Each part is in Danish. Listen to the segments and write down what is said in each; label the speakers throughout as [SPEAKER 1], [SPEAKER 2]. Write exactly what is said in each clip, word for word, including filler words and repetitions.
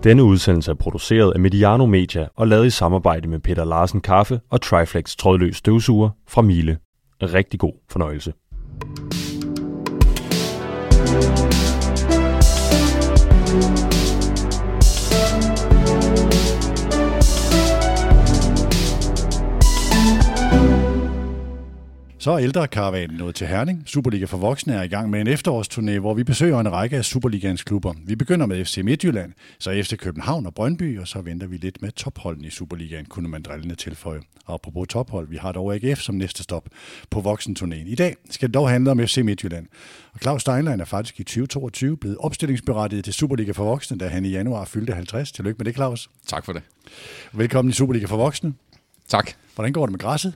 [SPEAKER 1] Denne udsendelse er produceret af Mediano Media og lavet i samarbejde med Peter Larsen Kaffe og Triflex trådløs støvsuger fra Miele. Rigtig god fornøjelse.
[SPEAKER 2] Så er ældrekaravanen nået til Herning. Superliga for voksne er i gang med en efterårsturné, hvor vi besøger en række af Superligaens klubber. Vi begynder med F C Midtjylland, så F C København og Brøndby, og så venter vi lidt med topholdene i Superligaen, kunne man drillende tilføje. Og apropos tophold, vi har dog A G F som næste stop på voksenturnéen. I dag skal det dog handle om F C Midtjylland. Og Claus Steinlein er faktisk i tyve toogtyve blevet opstillingsberettiget til Superliga for voksne, da han i januar fyldte halvtreds. Tillykke med det, Claus.
[SPEAKER 3] Tak for det.
[SPEAKER 2] Velkommen i Superliga for voksne.
[SPEAKER 3] Tak.
[SPEAKER 2] Hvordan går det med græsset?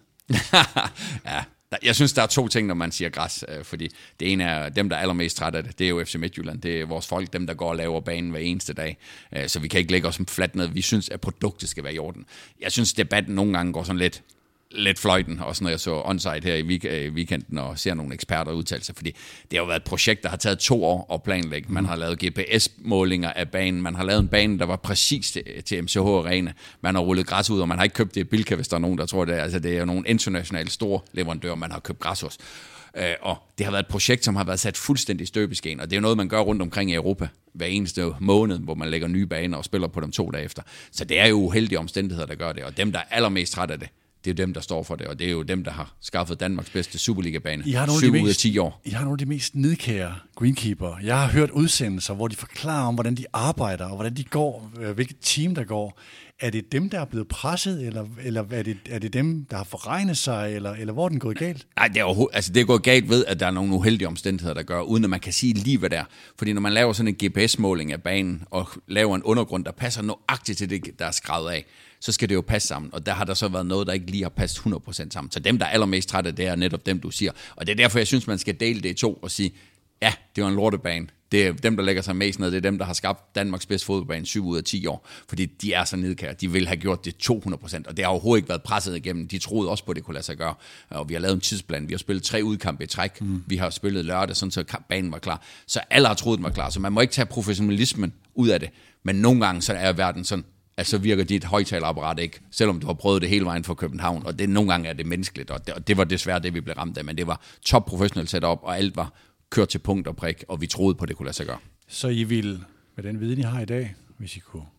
[SPEAKER 3] ja. Jeg synes, der er to ting, når man siger græs, fordi det ene er dem, der er allermest træt af det, det er jo F C Midtjylland. Det er vores folk, dem, der går og laver banen hver eneste dag. Så vi kan ikke lægge os fladt ned. Vi synes, at produktet skal være i orden. Jeg synes, debatten nogle gange går sådan lidt, lidt fløjten, også når jeg så onsite her i weekenden og ser nogle eksperter udtale sig, fordi det har jo været et projekt, der har taget to år at planlægge. Man har lavet G P S-målinger af banen, man har lavet en bane, der var præcis til, til M C H Arena, man har rullet græs ud, og man har ikke købt det i Bilka, hvis der er nogen, der tror det. Altså, det er jo nogle internationale store leverandører, man har købt græs hos. Uh, og det har været et projekt, som har været sat fuldstændig i støbeskeen, og det er jo noget, man gør rundt omkring i Europa hver eneste måned, hvor man lægger nye baner og spiller på dem to dage efter. Så det er jo uheldige omstændigheder, der gør det, og dem, der er allermest træt af det, det er jo dem, der står for det, og det er jo dem, der har skaffet Danmarks bedste Superliga-bane. syv ud af ti år.
[SPEAKER 2] I har nogle af de mest nidkære greenkeeper. Jeg har hørt udsendelser, hvor de forklarer om, hvordan de arbejder, og hvordan de går, hvilket team der går. Er det dem, der er blevet presset, eller, eller er, det, er det dem, der har forregnet sig, eller, eller hvor er den gået galt?
[SPEAKER 3] Nej, det er, altså det er gået galt ved, at der er nogle uheldige omstændigheder, der gør, uden at man kan sige lige, hvad det er. Fordi når man laver sådan en G P S-måling af banen, og laver en undergrund, der passer nøjagtigt til det, der er skrevet af, så skal det jo passe sammen, og der har der så været noget, der ikke lige har passet hundrede procent sammen. Så dem, der er allermest trætte, det er netop dem, du siger. Og det er derfor, jeg synes, man skal dele det i to og sige, ja, det var en lortebane. Det er dem, der lægger sig mest ned. Det er dem, der har skabt Danmarks bedste fodboldbane syv ud af ti år. Fordi de er så nidkære. De vil have gjort det to hundrede procent. Og det har overhovedet ikke været presset igennem. De troede også på, at det kunne lade sig gøre. Og vi har lavet en tidsplan. Vi har spillet tre udkampe i træk. Mm. Vi har spillet lørdag, sådan så banen var klar. Så alle har troet, den var klar. Så man må ikke tage professionalismen ud af det. Men nogle gange så er verden sådan, altså virker dit højtalerapparat ikke, selvom du har prøvet det hele vejen fra København, og det nogle gange er det menneskeligt, og det, og det var desværre det, vi blev ramt af, men det var top professionelt setup, og alt var kørt til punkt og prik, og vi troede på, det kunne lade sig gøre.
[SPEAKER 2] Så I ville, med den viden, I har i dag, hvis I kunne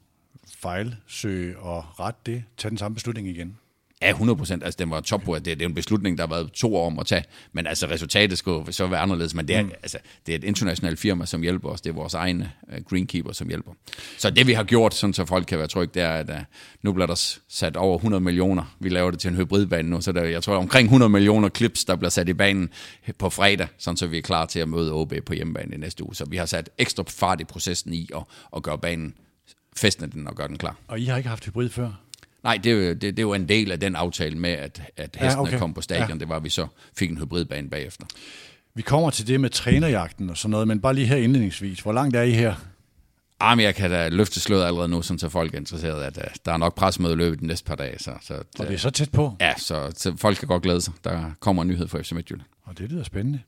[SPEAKER 2] fejlsøge og rette det, tage den samme beslutning igen?
[SPEAKER 3] Ja, hundrede procent. Altså, den var top på, det, det er en beslutning, der har været to år om at tage, men altså, resultatet skulle så være anderledes, men det er, mm. altså, det er et internationalt firma, som hjælper os, det er vores egne uh, greenkeeper, som hjælper. Så det, vi har gjort, sådan så folk kan være trygge, det er, at uh, nu bliver der sat over hundrede millioner, vi laver det til en hybridbane nu, så der, jeg tror, omkring hundrede millioner clips, der bliver sat i banen på fredag, sådan så vi er klar til at møde O B på hjemmebane i næste uge. Så vi har sat ekstra fart i processen i at, at gøre banen, fæstne den og gøre den klar.
[SPEAKER 2] Og I har ikke haft hybrid før?
[SPEAKER 3] Nej, det, det, det var en del af den aftale med, at, at hestene ja, okay. kom på stadion. Ja. Det var, at vi så fik en hybridbane bagefter.
[SPEAKER 2] Vi kommer til det med trænerjagten og sådan noget, men bare lige her indledningsvis. Hvor langt er I her?
[SPEAKER 3] Ah, men jeg kan da løfte sløret allerede nu, sådan så folk er interesseret, at uh, der er nok pressemøde løbet de næste par dage. Så, så,
[SPEAKER 2] og det er så tæt på?
[SPEAKER 3] Ja, så, så folk kan godt glæde sig. Der kommer en nyhed fra F C Midtjylland.
[SPEAKER 2] Og det lyder spændende.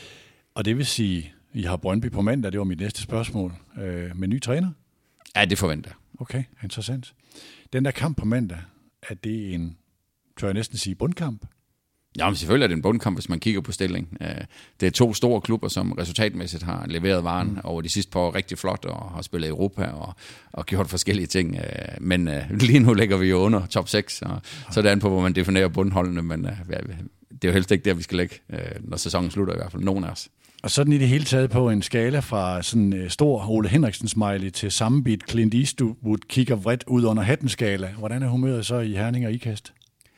[SPEAKER 2] Og det vil sige, I har Brøndby på mandag, det var mit næste spørgsmål, øh, med ny træner?
[SPEAKER 3] Ja, det forventer jeg.
[SPEAKER 2] Okay, interessant. Den der kamp på mandag, er det en, tør jeg næsten sige, bundkamp?
[SPEAKER 3] Ja, men selvfølgelig er det en bundkamp, hvis man kigger på stillingen. Det er to store klubber, som resultatmæssigt har leveret varen mm. over de sidste par år rigtig flot, og har spillet i Europa og, og gjort forskellige ting. Men lige nu ligger vi jo under top seks, og så er det an på, hvor man definerer bundholdene, men det er jo helst ikke der, vi skal ligge, når sæsonen slutter i hvert fald, nogen af os.
[SPEAKER 2] Og sådan i det hele taget på en skala fra sådan en stor Ole Henriksen-smiley til sammenbit Clint Eastwood kigger vredt ud under hatten-skala. Hvordan er humøret så i Herning og Ikast?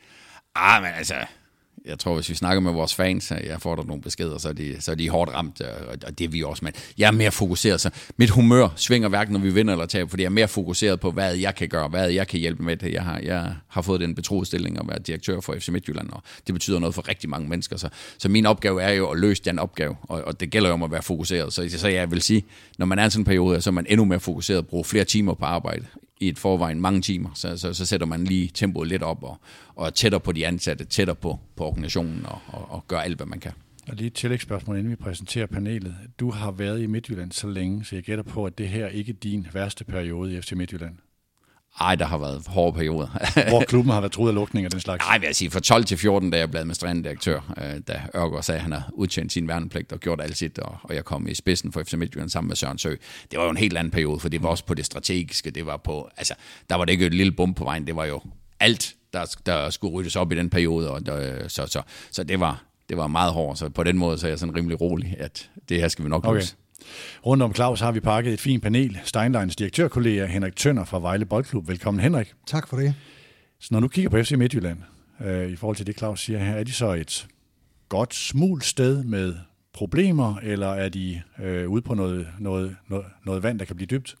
[SPEAKER 3] Ah, men altså, jeg tror, hvis vi snakker med vores fans, jeg får der nogle beskeder, så er de, så er de hårdt ramt, og det er vi også. Men jeg er mere fokuseret, så mit humør svinger hverken, når vi vinder eller taber, fordi jeg er mere fokuseret på, hvad jeg kan gøre, hvad jeg kan hjælpe med det. Jeg har, jeg har fået den betroede stilling at være direktør for F C Midtjylland, og det betyder noget for rigtig mange mennesker. Så, så min opgave er jo at løse den opgave, og, og det gælder jo om at være fokuseret. Så, så jeg vil sige, når man er i sådan en periode, så er man endnu mere fokuseret at bruge flere timer på arbejde, i et forvejen mange timer, så, så, så sætter man lige tempoet lidt op, og, og tættere på de ansatte, tættere på, på organisationen, og, og, og gør alt, hvad man kan.
[SPEAKER 2] Og lige et tillægsspørgsmål, inden vi præsenterer panelet. Du har været i Midtjylland så længe, så jeg gætter på, at det her ikke er din værste periode i F C Midtjylland.
[SPEAKER 3] Ej, der har været hårde perioder.
[SPEAKER 2] Hvor klubben har været truet af lukning af den slags?
[SPEAKER 3] Nej, vil jeg sige, fra tolv til fjorten, da jeg blev administrerende direktør, da Ørgaard sagde, at han har udtjent sin værnepligt og gjort alt sit, og jeg kom i spidsen for F C Midtjylland sammen med Søren Sø. Det var jo en helt anden periode, for det var også på det strategiske, det var på, altså, der var det ikke et lille bump på vejen, det var jo alt, der, der skulle ryddes op i den periode, og der, så, så, så det var, det var meget hårdt, så på den måde så er jeg sådan rimelig rolig, at det her skal vi nok
[SPEAKER 2] okay.
[SPEAKER 3] løse.
[SPEAKER 2] Rundt om Claus har vi pakket et fint panel. Steinleins direktørkollega Henrik Tønder fra Vejle Boldklub. Velkommen, Henrik.
[SPEAKER 4] Tak for det.
[SPEAKER 2] Så når du kigger på F C Midtjylland, øh, i forhold til det, Claus siger her, er de så et godt smult sted med problemer, eller er de øh, ude på noget, noget, noget, noget vand, der kan blive dybt?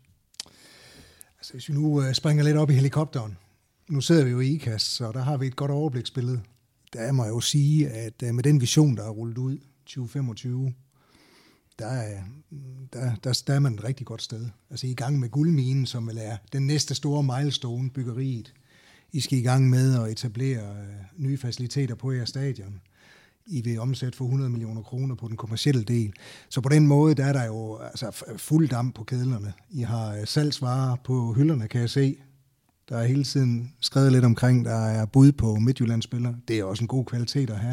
[SPEAKER 4] Altså, hvis vi nu øh, springer lidt op i helikopteren. Nu sidder vi jo i I K A S, så der har vi et godt overbliksbillede. Der må jeg jo sige, at øh, med den vision, der er rullet ud tyve femogtyve, Der er, der, der, der er man et rigtig godt sted. Altså i gang med guldminen, som er den næste store milestone, byggeriet. I skal i gang med at etablere øh, nye faciliteter på jeres stadion. I vil omsætte for hundrede millioner kroner på den kommercielle del. Så på den måde, der er der jo altså, fuld damp på kedlerne. I har øh, salgsvarer på hylderne, kan jeg se. Der er hele tiden skrevet lidt omkring, der er bud på Midtjyllandsspillere. Det er også en god kvalitet at have.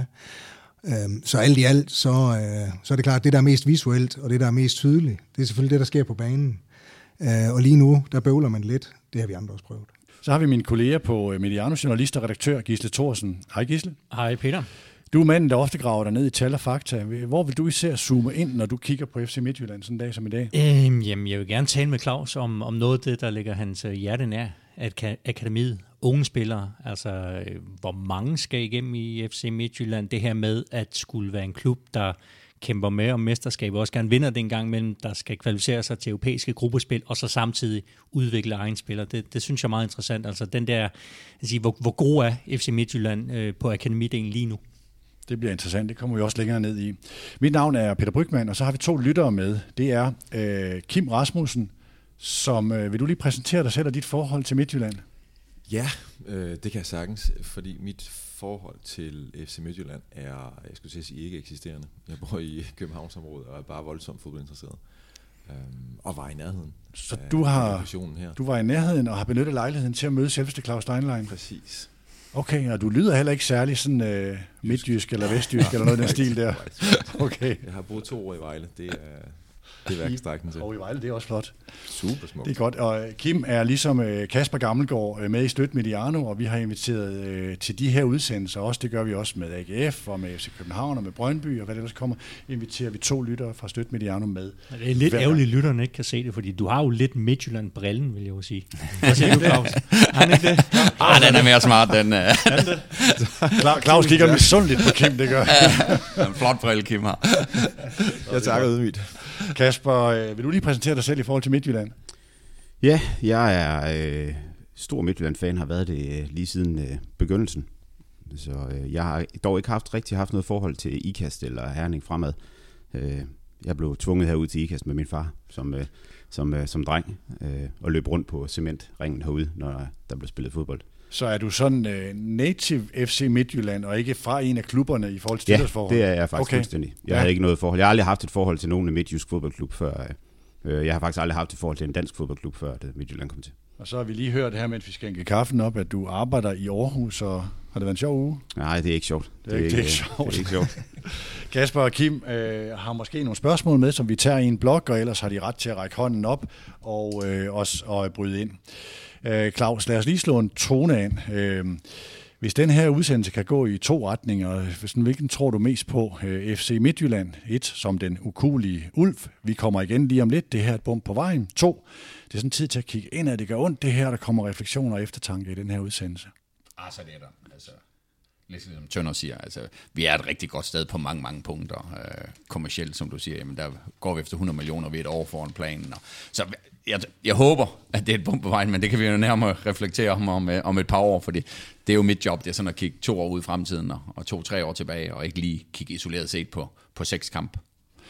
[SPEAKER 4] Så alt i alt, så, så er det klart, at det, der er mest visuelt, og det, der er mest tydeligt, det er selvfølgelig det, der sker på banen. Og lige nu, der bøvler man lidt. Det har vi andre også prøvet.
[SPEAKER 2] Så har vi min kollega på Mediano, journalist og redaktør Gisle Thorsen. Hej Gisle.
[SPEAKER 5] Hej Peter.
[SPEAKER 2] Du er manden, der ofte graver dig ned i tal og fakta. Hvor vil du især zoome ind, når du kigger på F C Midtjylland sådan en dag som i dag?
[SPEAKER 5] Øhm, jamen, jeg vil gerne tale med Claus om, om noget af det, der ligger hans hjerte nær. Akademiet, unge spillere, altså hvor mange skal igennem i F C Midtjylland, det her med at skulle være en klub, der kæmper med om mesterskab, og også gerne vinder det en gang imellem, der skal kvalificere sig til europæiske gruppespil, og så samtidig udvikle egen spillere. Det, det synes jeg er meget interessant. Altså den der, altså, hvor, hvor god er F C Midtjylland øh, på akademidelen lige nu?
[SPEAKER 2] Det bliver interessant, det kommer vi også længere ned i. Mit navn er Peter Brygmann, og så har vi to lyttere med. Det er øh, Kim Rasmussen, som, øh, vil du lige præsentere dig selv og dit forhold til Midtjylland?
[SPEAKER 6] Ja, øh, det kan jeg sagtens, fordi mit forhold til F C Midtjylland er, jeg skulle sige, ikke eksisterende. Jeg bor i Københavnsområdet og er bare voldsomt fodboldinteresseret. Øhm, og var i nærheden.
[SPEAKER 2] Så af, du, har,
[SPEAKER 6] her.
[SPEAKER 2] du var i nærheden og har benyttet lejligheden til at møde selveste Claus Steinlein?
[SPEAKER 6] Præcis.
[SPEAKER 2] Okay, og du lyder heller ikke særlig sådan øh, midtjysk eller vestjysk eller noget i den stil der. Okay.
[SPEAKER 6] Jeg har boet to år i Vejle, det er... Det er hverken strækken til.
[SPEAKER 2] Og i Vejle, det er også flot.
[SPEAKER 6] Super smukt.
[SPEAKER 2] Det er godt. Og Kim er ligesom Kasper Gammelgaard med i Støt Mediano, og vi har inviteret øh, til de her udsendelser også. Det gør vi også med A G F og med F C København og med Brøndby og hvad det ellers kommer. Inviterer vi to lyttere fra Støt Mediano med.
[SPEAKER 5] Det er lidt Hver... ærgerligt, at lytterne ikke kan se det, fordi du har jo lidt Midtjylland-brillen, vil jeg jo sige. Hvad siger du, Claus? Har han ikke det?
[SPEAKER 3] Ah, den er mere smart, den.
[SPEAKER 2] Uh... Claus kigger misundeligt på Kim, det gør.
[SPEAKER 3] En flot brille, Kim har.
[SPEAKER 6] Jeg takker ydmygt.
[SPEAKER 2] Kasper, vil du lige præsentere dig selv i forhold til Midtjylland?
[SPEAKER 7] Ja, jeg er øh, stor Midtjylland-fan, har været det øh, lige siden øh, begyndelsen. Så øh, jeg har dog ikke haft rigtig haft noget forhold til I K A S eller Herning fremad. Øh, jeg blev tvunget herud til I K A S med min far som, øh, som, øh, som dreng øh, og løb rundt på cementringen herude, når der blev spillet fodbold.
[SPEAKER 2] Så er du sådan uh, native F C Midtjylland, og ikke fra en af klubberne i forhold til tilhørsforhold?
[SPEAKER 7] Ja, det er jeg faktisk okay. fuldstændig. Jeg ja. har ikke noget forhold. Jeg har aldrig haft et forhold til nogen af midtjysk fodboldklub før. Øh, jeg har faktisk aldrig haft et forhold til en dansk fodboldklub før, da Midtjylland kom til.
[SPEAKER 2] Og så har vi lige hørt det her, mens vi skænker kaffen op, at du arbejder i Aarhus, og har det været en sjov uge?
[SPEAKER 7] Nej, det er ikke sjovt.
[SPEAKER 2] Det er, det er, ikke, det er, sjovt.
[SPEAKER 7] Det er ikke sjovt.
[SPEAKER 2] Kasper og Kim øh, har måske nogle spørgsmål med, som vi tager i en blog, og ellers har de ret til at række hånden op og, øh, også, og bryde ind. Øh, Claus, lad os lige slå en tone an. Øh, hvis den her udsendelse kan gå i to retninger, hvilken tror du mest på? Øh, F C Midtjylland, et, som den ukuelige ulv. Vi kommer igen lige om lidt. Det her er et bump på vejen. To, det er sådan tid til at kigge ind, at det gør ondt. Det her, der kommer refleksioner og eftertanke i den her udsendelse.
[SPEAKER 3] Ah, så det er der. Altså, lidt som Tønder siger, altså, vi er et rigtig godt sted på mange, mange punkter. Øh, kommercielt, som du siger, jamen, der går vi efter hundrede millioner ved et år foran planen. Og, så jeg, jeg håber, at det er et bump på vejen, men det kan vi jo nærmere reflektere om, om, om et par år, fordi det er jo mit job, det er sådan at kigge to år ud i fremtiden og, og to-tre år tilbage, og ikke lige kigge isoleret set på, på seks kamp.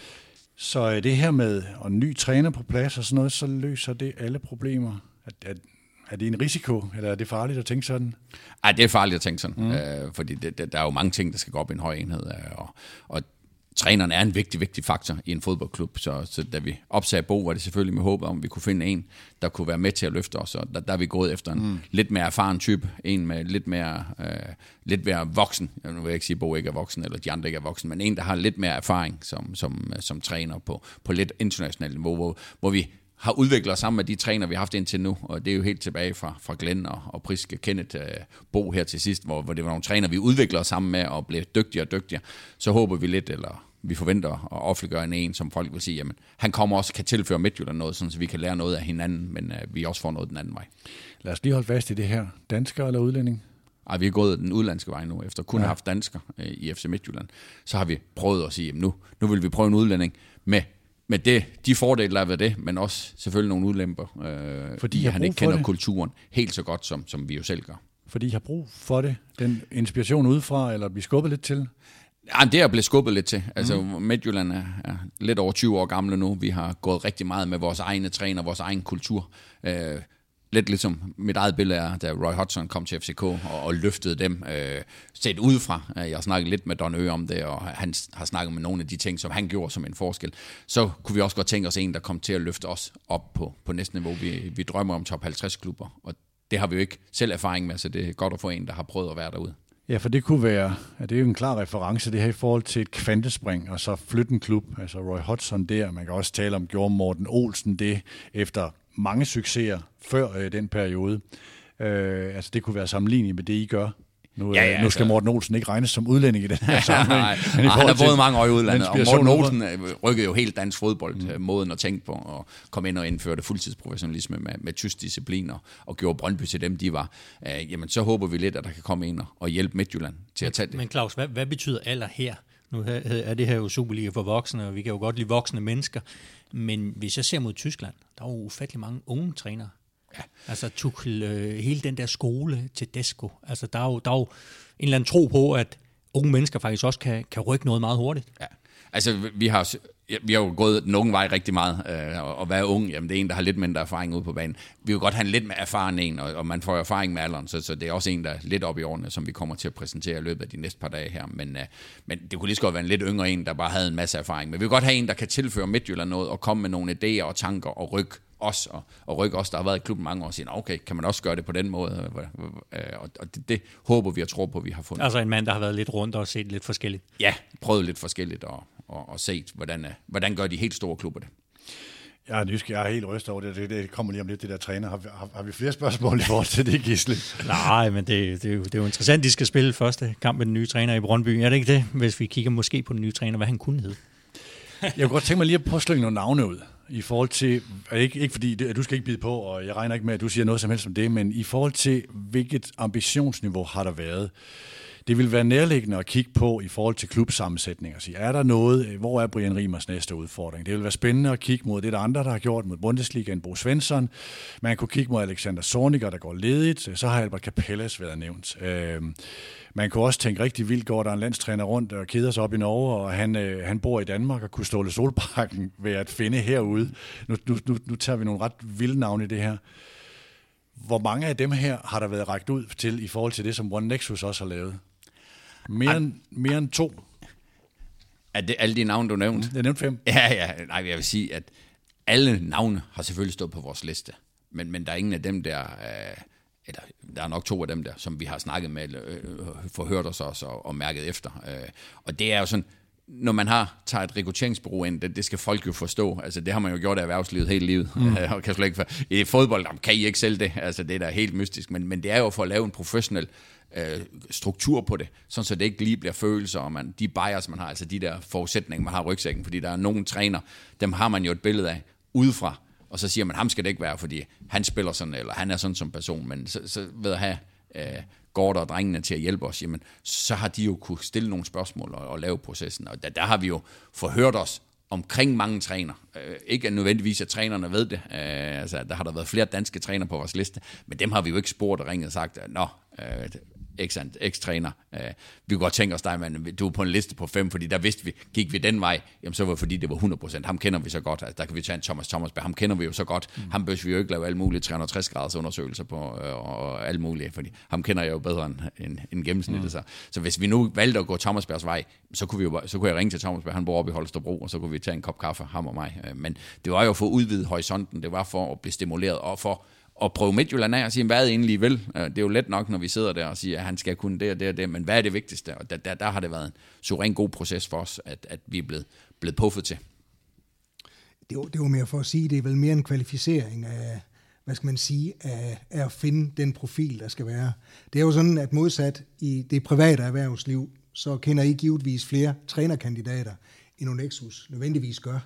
[SPEAKER 2] Så det her med en ny træner på plads og sådan noget, så løser det alle problemer? At, at Er det en risiko, eller er det farligt at tænke sådan?
[SPEAKER 3] Ej, det er farligt at tænke sådan, mm. øh, fordi det, det, der er jo mange ting, der skal gå op i en høj enhed, og, og træneren er en vigtig, vigtig faktor i en fodboldklub, så, så da vi opsagde Bo, var det selvfølgelig med håb om, at vi kunne finde en, der kunne være med til at løfte os, og der, der er vi gået efter en mm. lidt mere erfaren type, en med lidt mere, øh, lidt mere voksen, nu vil jeg ikke sige, at Bo ikke er voksen, eller de andre ikke er voksen, men en, der har lidt mere erfaring som, som, som træner på, på lidt internationalt niveau, hvor, hvor vi har udviklet os sammen med de træner, vi har haft indtil nu, og det er jo helt tilbage fra, fra Glenn og, og Priske Kenneth uh, Bo her til sidst, hvor, hvor det var nogle træner, vi udvikler os sammen med og blev dygtigere og dygtigere. Så håber vi lidt, eller vi forventer at offentliggøre en en, som folk vil sige, jamen, han kommer også kan tilføre Midtjylland noget, sådan, så vi kan lære noget af hinanden, men uh, vi også får noget den anden vej.
[SPEAKER 2] Lad os lige holde fast i det her. Dansker eller udlænding?
[SPEAKER 3] Ej, vi er gået den udlandske vej nu, efter kun ja. at have haft dansker uh, i F C Midtjylland. Så har vi prøvet at sige, jamen, nu, nu vil vi prøve en udlænding med Med det, de fordele, der er ved det, men også selvfølgelig nogle ulemper, øh, fordi han ikke kender det. kulturen helt så godt, som, som vi jo selv gør.
[SPEAKER 2] Fordi I har brug for det, den inspiration udefra, eller blive skubbet lidt til?
[SPEAKER 3] Ja, det er blevet skubbet lidt til. Altså, mm. Midtjylland er, er lidt over tyve år gamle nu. Vi har gået rigtig meget med vores egne træner, vores egen kultur. Øh, Lidt ligesom mit eget billede er, da Roy Hodgson kom til F C K og, og løftede dem øh, set udefra. Jeg har snakket lidt med Don Ø om det, og han har snakket med nogle af de ting, som han gjorde som en forskel. Så kunne vi også godt tænke os en, der kom til at løfte os op på, på næste niveau. Vi, vi drømmer om top halvtreds klubber, og det har vi jo ikke selv erfaring med, så det er godt at få en, der har prøvet at være derude.
[SPEAKER 2] Ja, for det kunne være, ja, det er jo en klar reference, det her i forhold til et kvantespring, og så flytte en klub, altså Roy Hodgson der, man kan også tale om, gjorde Morten Olsen det efter mange succeser før øh, den periode. Øh, altså det kunne være sammenlignet med det, I gør. Nu, ja, ja, nu skal altså Morten Olsen ikke regnes som udlænding i den her sammenhæng.
[SPEAKER 3] Nej, han har boet mange år i udlandet, og Morten Olsen rykkede jo helt dansk fodbold, mm. måden at tænke på, og kom ind og indførte fuldtidsprofessionalisme med, med tysk discipliner, og gjorde Brøndby til dem, de var. Øh, jamen så håber vi lidt, at der kan komme ind og hjælpe Midtjylland til at tage det.
[SPEAKER 5] Men Claus, hvad, hvad betyder alder her? Nu er det her jo Superliga for voksne, og vi kan jo godt lide voksne mennesker. Men hvis jeg ser mod Tyskland, der er jo ufattelig mange unge trænere. Ja. Altså Tuchel, øh, hele den der skole til Tedesco. Altså der er, jo, der er jo en eller anden tro på, at unge mennesker faktisk også kan, kan rykke noget meget hurtigt.
[SPEAKER 3] Ja. Altså vi har, vi har jo gået den unge vej rigtig meget, øh, og at være ung, jamen det er en, der har lidt mindre erfaring ude på banen. Vi vil godt have en lidt mere erfaren en, og, og man får erfaring med alderen, så, så det er også en, der er lidt op i årene, som vi kommer til at præsentere i løbet af de næste par dage her. Men, øh, men det kunne lige så godt være en lidt yngre en, der bare havde en masse erfaring. Men vi vil godt have en, der kan tilføre Midtjylland noget, og komme med nogle idéer og tanker og rykke os, og, og rykke os, der har været i klubben mange år, og sige, okay, kan man også gøre det på den måde? Og, og det, det håber vi og tror på, vi har fundet.
[SPEAKER 5] Altså en mand, der har været lidt rundt og set lidt forskelligt.
[SPEAKER 3] Ja, prøvet lidt forskelligt, og, og, og set, hvordan, hvordan gør de helt store klubber det.
[SPEAKER 2] Jeg er nysgerrig, jeg er helt rystet over det. det. Det kommer lige om lidt, det der træner. Har, har, har vi flere spørgsmål i forhold til det, Gisle?
[SPEAKER 5] Nej, men det, det, er jo, det er jo interessant, de skal spille første kamp med den nye træner i Brøndby. Er det ikke det, hvis vi kigger måske på den nye træner, hvad han kunne hedde?
[SPEAKER 2] Jeg kunne godt tænke mig lige at prøve at slynge nogle navne ud. I forhold til, ikke, ikke fordi det, du skal ikke bide på, og jeg regner ikke med, at du siger noget som helst om det, men i forhold til, hvilket ambitionsniveau har der været. Det vil være nærliggende at kigge på i forhold til klubsammensætning og sige, er der noget, hvor er Brian Riemers næste udfordring? Det vil være spændende at kigge mod det, der andre, der har gjort mod Bundesligaen, Bo Svensson. Man kunne kigge mod Alexander Zorniger, der går ledigt. Så har Albert Capellas været nævnt. Man kunne også tænke rigtig vildt, går der en landstræner rundt og keder sig op i Norge, og han, han bor i Danmark, og kunne Ståle Solbakken være at finde herude. Nu, nu, nu, nu tager vi nogle ret vilde navne i det her. Hvor mange af dem her har der været rækket ud til i forhold til det, som One Nexus også har lavet? Mere, end, mere end to.
[SPEAKER 3] Er det alle de navne, du nævnte?
[SPEAKER 2] Jeg nævnte fem.
[SPEAKER 3] Ja, ja. Nej, jeg vil sige, at alle navne har selvfølgelig stået på vores liste. Men, men der er ingen af dem der, øh, eller der er nok to af dem der, som vi har snakket med, øh, forhørt os også og, og mærket efter. Øh, og det er jo sådan, når man har taget et rekrutteringsbureau ind, det, det skal folk jo forstå. Altså, det har man jo gjort i erhvervslivet hele livet. Mm. og kan slet ikke for, i fodbold, kan I ikke sælge det? Altså, det er da helt mystisk. Men, men det er jo for at lave en professionel øh, struktur på det, sådan så det ikke lige bliver følelser, og man, de bias, man har, altså de der forudsætninger, man har i rygsækken, fordi der er nogle træner, dem har man jo et billede af udefra, og så siger man, ham skal det ikke være, fordi han spiller sådan, eller han er sådan som person, men så, så ved at have øh, Gård og drengene til at hjælpe os, jamen, så har de jo kunne stille nogle spørgsmål og, og lave processen, og der, der har vi jo forhørt os omkring mange træner. Øh, ikke nødvendigvis, at trænerne ved det. Øh, altså, der har der været flere danske træner på vores liste, men dem har vi jo ikke spurgt og ringet og sagt, nå, øh, eks-træner. Vi kunne godt tænke os dig, men du er på en liste på fem, fordi der vidste vi, gik vi den vej, jamen så var det fordi, det var hundrede procent. Ham kender vi så godt. Altså, der kan vi tage en Thomas Thomasberg. Ham kender vi jo så godt. Mm. Ham bør vi jo ikke lave alle mulige tre hundrede og tres graders undersøgelser på, og alt muligt, fordi ham kender jeg jo bedre end, end, end gennemsnittet. Mm. Så. så hvis vi nu valgte at gå Thomasbergs vej, så kunne, vi jo, så kunne jeg ringe til Thomasberg, han bor oppe i Holstebro, og så kunne vi tage en kop kaffe, ham og mig. Men det var jo for at udvide horisonten, det var for at blive stimuleret, og for at prøve Midtjylland af og sige, hvad er det egentlig vil? Det er jo let nok, når vi sidder der og siger, at han skal kunne det og det og det, men hvad er det vigtigste? Og der, der, der har det været en suveræn god proces for os, at, at vi er blevet, blevet puffet til.
[SPEAKER 4] Det var, det var mere for at sige, det er vel mere en kvalificering af, hvad skal man sige, af, af at finde den profil, der skal være. Det er jo sådan, at modsat i det private erhvervsliv, så kender I givetvis flere trænerkandidater, end Onexus nødvendigvis gør.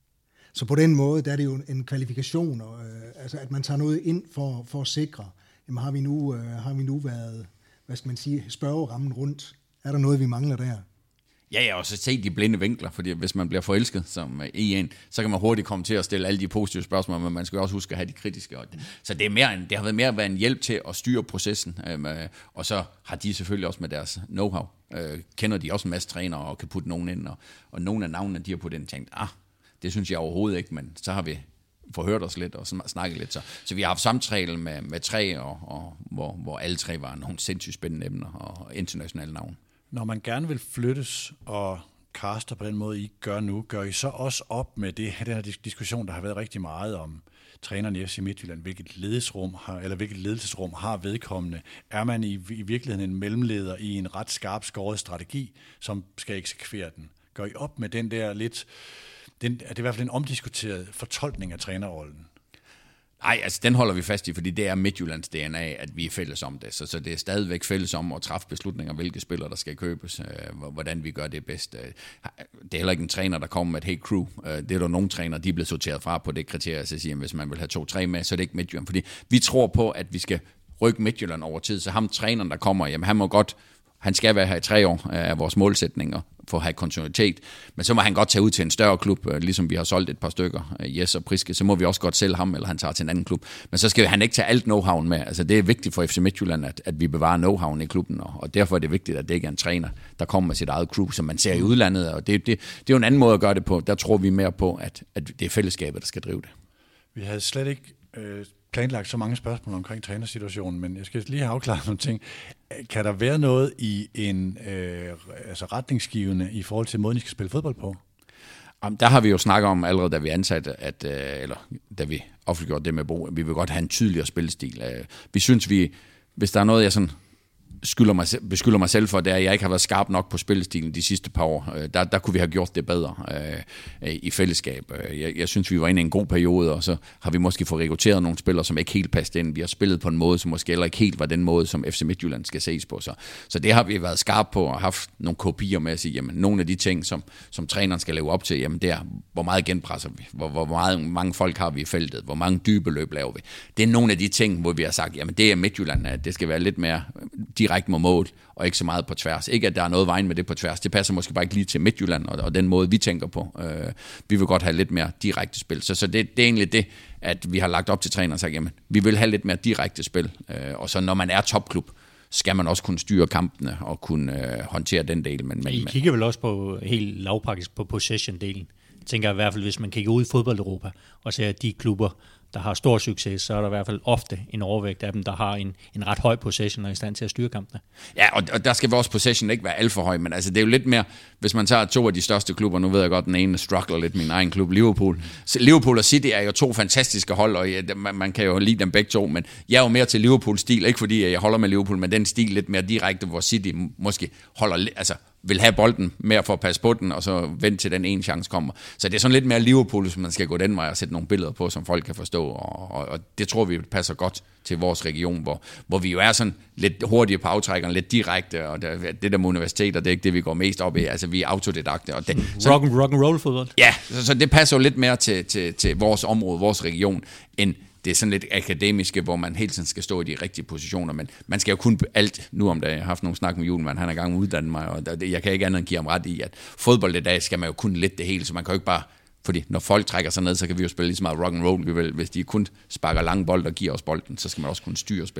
[SPEAKER 4] Så på den måde, der er det jo en kvalifikation, og, øh, altså at man tager noget ind for, for at sikre, jamen har vi nu, øh, har vi nu været, hvad skal man sige, spørgerammen rundt? Er der noget, vi mangler der?
[SPEAKER 3] Ja, ja, og så se de blinde vinkler, fordi hvis man bliver forelsket som i en, så kan man hurtigt komme til at stille alle de positive spørgsmål, men man skal også huske at have de kritiske. Så det, er mere en, det har været mere at være en hjælp til at styre processen, og så har de selvfølgelig også med deres know-how, kender de også en masse trænere og kan putte nogen ind, og, og nogle af navnene, de har puttet ind og tænkt, ah, det synes jeg overhovedet ikke, men så har vi forhørt os lidt og snakket lidt. Så, så vi har haft samtale med, med tre, og, og, hvor, hvor alle tre var nogle sindssygt spændende emner og internationale navne.
[SPEAKER 2] Når man gerne vil flyttes og kaster på den måde, I gør nu, gør I så også op med det, den her diskussion, der har været rigtig meget om træneren i F C Midtjylland, hvilket ledelsesrum har, eller hvilket ledelsesrum har vedkommende? Er man i, i virkeligheden en mellemleder i en ret skarp skåret strategi, som skal eksekvere den? Gør I op med den der lidt, den, er det i hvert fald en omdiskuteret fortolkning af trænerrollen?
[SPEAKER 3] Nej, altså den holder vi fast i, fordi det er Midtjyllands D N A, at vi er fælles om det. Så, så det er stadigvæk fælles om at træffe beslutninger, hvilke spillere der skal købes, øh, hvordan vi gør det bedst. Det er heller ikke en træner, der kommer med et helt crew. Det er der nogle trænere, de er blevet sorteret fra på det kriterie, så siger, hvis man vil have to-tre med, så er det ikke Midtjylland. Fordi vi tror på, at vi skal rykke Midtjylland over tid, så ham træneren, der kommer, jamen han må godt, han skal være her i tre år af vores målsætninger, for at have kontinuitet. Men så må han godt tage ud til en større klub, ligesom vi har solgt et par stykker, Jes og Priske, så må vi også godt sælge ham, eller han tager til en anden klub. Men så skal han ikke tage alt know-how med. Altså det er vigtigt for F C Midtjylland, at, at vi bevarer know-how i klubben, og, og derfor er det vigtigt, at det ikke er en træner, der kommer med sit eget crew, som man ser i udlandet. Og det, det, det er jo en anden måde at gøre det på. Der tror vi mere på, at, at det er fællesskabet, der skal drive det.
[SPEAKER 2] Vi havde slet ikke øh, planlagt så mange spørgsmål omkring trænersituationen, men jeg skal lige have afklaret nogle ting. Kan der være noget i en øh, altså retningsgivende i forhold til måden, I skal spille fodbold på?
[SPEAKER 3] Um, der har vi jo snakket om allerede, da vi ansatte, at, øh, eller da vi offentliggjorde det med Bo, at vi vil godt have en tydeligere spillestil. Uh, vi synes, vi, hvis der er noget, jeg sådan skylder mig, beskylder mig selv for, det er, at jeg ikke har været skarp nok på spillestilen de sidste par år. Uh, der, der kunne vi have gjort det bedre uh, i fællesskab. Uh, jeg, jeg synes, vi var inde i en god periode, og så har vi måske fået rekrutteret nogle spillere, som ikke helt passede ind. Vi har spillet på en måde, som måske heller ikke helt var den måde, som F C Midtjylland skal ses på. Så, så det har vi været skarpe på og haft nogle kopier med at sige, jamen nogle af de ting, som, som træneren skal leve op til, jamen det er, hvor meget genpresser vi, hvor, hvor meget, mange folk har vi i feltet, hvor mange dybe løb laver vi. Det er nogle af de ting, hvor vi har sagt, jamen det er Midtjylland, at det skal være lidt mere direkte mod mål, og ikke så meget på tværs. Ikke, at der er noget vejen med det på tværs. Det passer måske bare ikke lige til Midtjylland, og, og den måde, vi tænker på. Øh, vi vil godt have lidt mere direkte spil. Så, så det, det er egentlig det, at vi har lagt op til træneren og sagt, jamen, vi vil have lidt mere direkte spil. Øh, og så når man er topklub, skal man også kunne styre kampene og kunne øh, håndtere den del. Men, men,
[SPEAKER 5] I kigger vel også på helt lavpraktisk på possession-delen. Jeg tænker i hvert fald, hvis man kigger ud i fodbold-Europa og ser de klubber, der har stor succes, så er der i hvert fald ofte en overvægt af dem, der har en, en ret høj possession og er i stand til at styre kampene.
[SPEAKER 3] Ja, og, og der skal vores possession ikke være alt for høj, men altså, det er jo lidt mere, hvis man tager to af de største klubber, nu ved jeg godt, den ene struggler lidt, min egen klub, Liverpool. Så Liverpool og City er jo to fantastiske hold, og ja, man, man kan jo lide dem begge to, men jeg er jo mere til Liverpool-stil, ikke fordi jeg holder med Liverpool, men den stil lidt mere direkte, hvor City måske holder, altså vil have bolden mere for at passe på den, og så vente til den ene chance kommer. Så det er sådan lidt mere Liverpool, hvis man skal gå den vej og sætte nogle billeder på, som folk kan forstå, og, og, og det tror vi passer godt til vores region, hvor, hvor vi jo er sådan lidt hurtige på aftrækkerne, lidt direkte, og det, det der med universiteter, det er ikke det, vi går mest op i, altså vi er autodidakte. Og det,
[SPEAKER 5] så, rock, rock and roll fodbold.
[SPEAKER 3] Ja, så, så det passer jo lidt mere til, til, til vores område, vores region, end det er sådan lidt akademiske, hvor man hele tiden skal stå i de rigtige positioner, men man skal jo kun alt nu om dagen. Jeg har haft nogle snak med Julemand, han er i gang med at uddanne mig, og der, jeg kan ikke andet end give ham ret i, at fodbold i dag skal man jo kun lidt det hele, så man kan jo ikke bare, fordi når folk trækker sig ned, så kan vi jo spille lige så meget rock and roll, vi vil. Hvis de kun sparker lange bold og giver os bolden, så skal man også kunne styre spillet.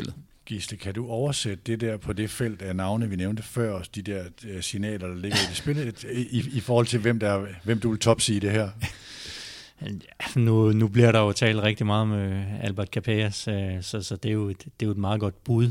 [SPEAKER 2] Gisle, kan du oversætte det der på det felt af navne, vi nævnte før os, de der signaler, der ligger i det spil, i, i forhold til, hvem, der, hvem du vil topsige det her?
[SPEAKER 5] Nu, nu bliver der jo talt rigtig meget med Albert Capellas, så, så det, er jo et, det er jo et meget godt bud.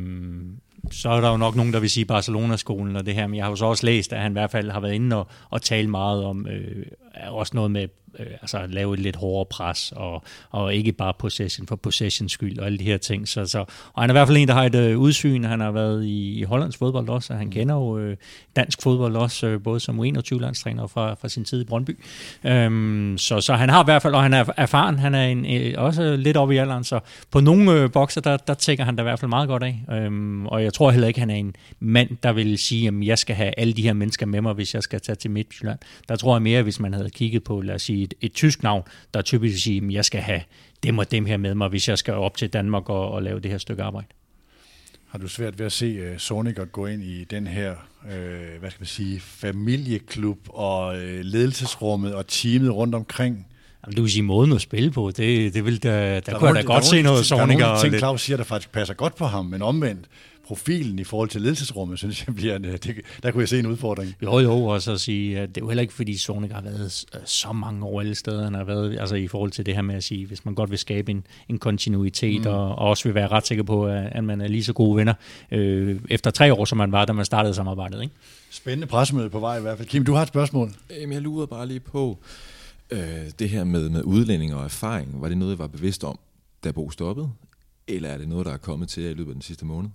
[SPEAKER 5] Så er der jo nok nogen, der vil sige Barcelona-skolen og det her, men jeg har jo så også læst, at han i hvert fald har været inde og, og tale meget om øh, også noget med øh, altså at lave et lidt hårdere pres, og, og ikke bare possession for possessions skyld og alle de her ting. Så, så, og han er i hvert fald en, der har et øh, udsyn. Han har været i, i Hollands fodbold også, og han kender jo øh, dansk fodbold også, øh, både som U enogtyve-landstræner fra, fra sin tid i Brøndby. Øhm, så, så han har i hvert fald, og han er erfaren, han er en, øh, også lidt oppe i alderen, så på nogle øh, bokser, der, der tænker han da i hvert fald meget godt af. Øhm, og jeg tror heller ikke, han er en mand, der vil sige, at jeg skal have alle de her mennesker med mig, hvis jeg skal tage til Midtjylland. Der tror jeg mere, hvis man havde kigget på, lad os sige, et, et tysk navn, der typisk siger, at jeg skal have dem og dem her med mig, hvis jeg skal op til Danmark og, og lave det her stykke arbejde.
[SPEAKER 2] Har du svært ved at se uh, Zorniger gå ind i den her, uh, hvad skal man sige, familieklub og uh, ledelsesrummet og teamet rundt omkring?
[SPEAKER 5] Du vil sige måden at spille på, det, det vil der, der, der kunne jeg da godt se noget Zorniger.
[SPEAKER 2] Der er nogle ting, Claus siger, der faktisk passer godt på ham, men omvendt profilen i forhold til ledelsesrummet, synes jeg, bliver, det, der kunne jeg se en udfordring.
[SPEAKER 5] Jo, jo, og så sige, at det er jo heller ikke, fordi Zorniger har været så mange år alle steder, han har været, altså i forhold til det her med at sige, hvis man godt vil skabe en, en kontinuitet, mm. og, og også vil være ret sikker på, at man er lige så gode venner, øh, efter tre år, som man var, da man startede samarbejdet, ikke?
[SPEAKER 2] Spændende pressemøde på vej i hvert fald. Kim, du har et spørgsmål?
[SPEAKER 6] Jamen, jeg lurer bare lige på, øh, det her med, med udlænding og erfaring, var det noget, jeg var bevidst om, da Bo stoppede, eller er det noget, der er kommet til i løbet af den sidste måned?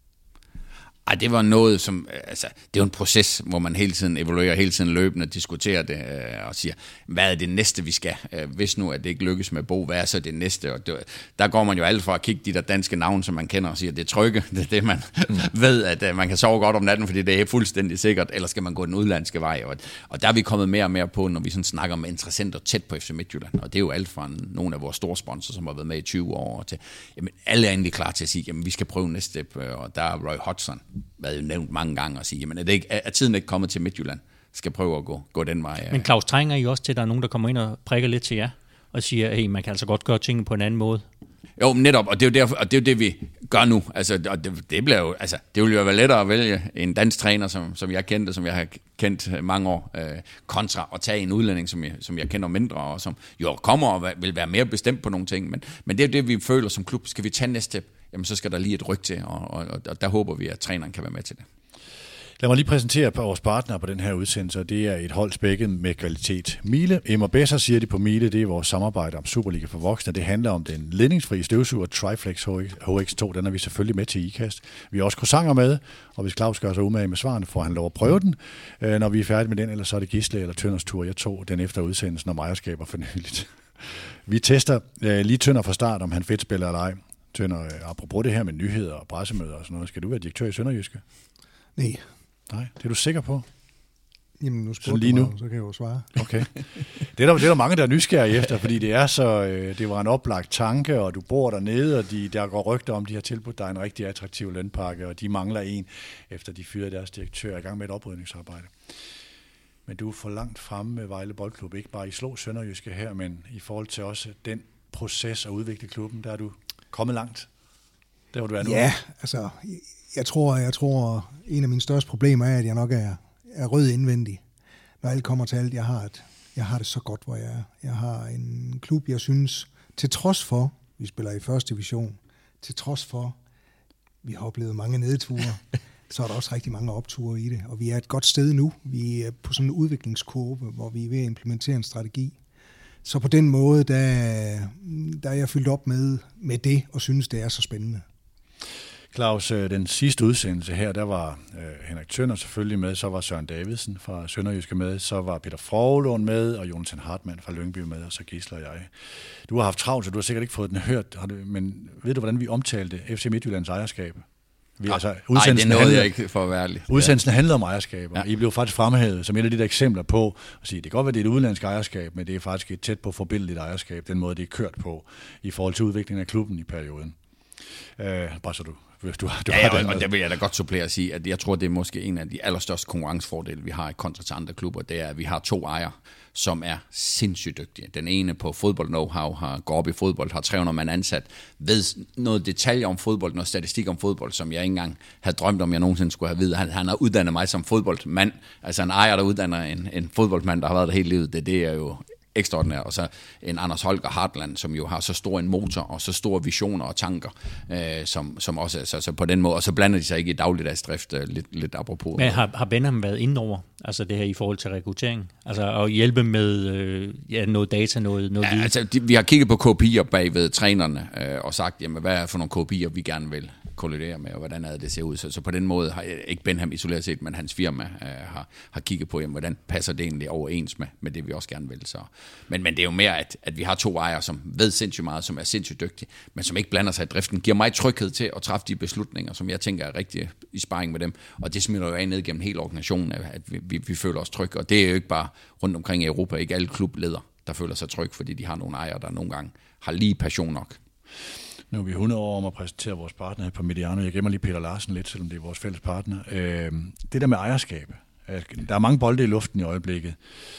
[SPEAKER 3] Ej, det var noget, som, altså, det er jo en proces, hvor man hele tiden evaluerer, hele tiden løbende diskuterer det, øh, og siger, hvad er det næste, vi skal? Øh, hvis nu, at det ikke lykkes med Bo, hvad er så det næste? Og det, der går man jo alt fra at kigge de der danske navne, som man kender, og siger, det er trygge, det er det, man mm. ved, at øh, man kan sove godt om natten, fordi det er fuldstændig sikkert, eller skal man gå den udlandske vej? Og, og der er vi kommet mere og mere på, når vi sådan snakker med interessenter tæt på F C Midtjylland, og det er jo alt fra nogle af vores store sponsorer, som har været med i tyve år, og til, jamen, alle er egentlig klar til at sige, jamen, vi skal prøve næste step, og der er Roy Hodgson, været jo nævnt mange gange og sige, jamen er, det ikke, er tiden ikke kommet til Midtjylland, skal prøve at gå, gå den vej.
[SPEAKER 5] Men Claus, trænger I også til, at der er nogen, der kommer ind og prikker lidt til jer, og siger, hey, man kan altså godt gøre tingene på en anden måde?
[SPEAKER 3] Jo, netop, og det er jo, derfor, og det, er jo det, vi gør nu. Altså, og det, det, bliver jo, altså, det vil jo være lettere at vælge en dansk træner, som, som jeg kendte, som jeg har kendt mange år, øh, kontra at tage en udlænding, som jeg, som jeg kender mindre, og som jo kommer og vil være mere bestemt på nogle ting. Men, men det er jo det, vi føler som klub. Skal vi tage næste step? Jamen, så skal der lige et ryg til, og, og, og der håber vi, at træneren kan være med til det.
[SPEAKER 2] Lad mig lige præsentere vores partner på den her udsendelse, og det er et hold spækket med kvalitet. Miele, Emmer Besser siger de på Miele, det er vores samarbejde om Superliga for voksne. Det handler om den ledningsfri støvsuger Triflex H X to, den er vi selvfølgelig med til IKAST. Vi har også croissanter med, og hvis Claus gør sig umage med svarene, får han lov at prøve den, når vi er færdige med den, eller så er det Gisle eller Tønders tur. Jeg tog den efter udsendelsen om ejerskaber for nyligt. Vi tester lige Tønder fra start, om han fedt spiller eller ej. Tønder, apropos det her med nyheder og pressemøder og sådan noget, skal du være direktør i Sønderjyske?
[SPEAKER 4] Nej.
[SPEAKER 2] Nej, det er du sikker på?
[SPEAKER 4] Jamen nu spurgte du mig, så kan jeg jo svare.
[SPEAKER 2] Okay. Det er der, det er der mange, der er nysgerrige efter, fordi det er så, øh, det var en oplagt tanke, og du bor dernede, og de, der går rygter om, de har tilbudt dig en rigtig attraktiv lønpakke, og de mangler en, efter de fyrede deres direktør, er i gang med et oprydningsarbejde. Men du er for langt fremme med Vejle Boldklub, ikke bare i slå Sønderjyske her, men i forhold til også den proces at udvikle klubben, der er du kommet langt. Der hvor du er nu.
[SPEAKER 4] Ja, altså, jeg tror, jeg tror, en af mine største problemer er, at jeg nok er, er rød indvendig. Når alt kommer til alt, jeg har, et, jeg har det så godt, hvor jeg er. Jeg har en klub, jeg synes, til trods for, vi spiller i første division, til trods for, vi har oplevet mange nedture, så er der også rigtig mange opture i det. Og vi er et godt sted nu. Vi er på sådan en udviklingskurve, hvor vi er ved at implementere en strategi. Så på den måde, der, der er jeg fyldt op med, med det, og synes, det er så spændende.
[SPEAKER 2] Claus, den sidste udsendelse her, der var øh, Henrik Tønder selvfølgelig med, så var Søren Davidsen fra Sønderjyske med, så var Peter Frohlund med, og Jonathan Hartmann fra Lyngby med, og så Gisle og jeg. Du har haft travlt, så du har sikkert ikke fået den hørt, har du, men ved du, hvordan vi omtalte F C Midtjyllands ejerskab? Vi,
[SPEAKER 3] Nej,
[SPEAKER 2] altså,
[SPEAKER 3] nej, det nåede jeg ikke for at være ærlig.
[SPEAKER 2] Udsendelsen ja. handlede om ejerskaber. Ja. I blev faktisk fremhævet som et af de der eksempler på at sige, det kan godt være, det er et udenlandsk ejerskab, men det er faktisk et tæt på forbilleligt ejerskab, den måde, det er kørt på i forhold til udviklingen af klubben i perioden. Øh, bare så du... Du, du
[SPEAKER 3] ja, ja, og, og der vil jeg da godt supplere at sige, at jeg tror, det er måske en af de allerstørste konkurrencefordele, vi har i kontra til andre klubber, det er, at vi har to ejere, som er sindssygt dygtige. Den ene på fodbold know-how, har går op i fodbold, har tre hundrede mand ansat, ved noget detaljer om fodbold, noget statistik om fodbold, som jeg ikke engang havde drømt om, jeg nogensinde skulle have videt. Han, han har uddannet mig som fodboldmand, altså en ejer, der uddanner en, en fodboldmand, der har været der hele livet, det, det er jo ekstraordinær, og så en Anders Holger Hartland, som jo har så stor en motor, og så store visioner og tanker, øh, som, som også så, så på den måde, og så blander de sig ikke i dagligdagsdrift, øh, lidt, lidt apropos.
[SPEAKER 5] Men har, har Benham været inde over, altså det her i forhold til rekruttering? Altså at hjælpe med øh, ja, noget data, noget, noget
[SPEAKER 3] ja, altså, de, vi har kigget på K P I'er bag ved trænerne, øh, og sagt, jamen, hvad er for nogle K P I'er, vi gerne vil kollidere med, og hvordan er det ser ud. Så, så på den måde har jeg, ikke Benham isoleret set, men hans firma øh, har, har kigget på, jamen, hvordan passer det egentlig overens med, med det, vi også gerne vil. Så. Men, men det er jo mere, at, at vi har to ejere, som ved sindssygt meget, som er sindssygt dygtige, men som ikke blander sig i driften, giver mig tryghed til at træffe de beslutninger, som jeg tænker er rigtig i sparring med dem. Og det smitter jo af ned gennem hele organisationen, at vi, vi, vi føler os trygge. Og det er jo ikke bare rundt omkring i Europa, ikke alle klubledere, der føler sig trygge, fordi de har nogle ejere, der nogle gange har lige passion nok.
[SPEAKER 2] Nu er vi hundrede år om at præsentere vores partner her på Mediano. Jeg gemmer lige Peter Larsen lidt, selvom det er vores fælles partner. Øh, det der med ejerskab. Der er mange bolde i luften i øjeblikket.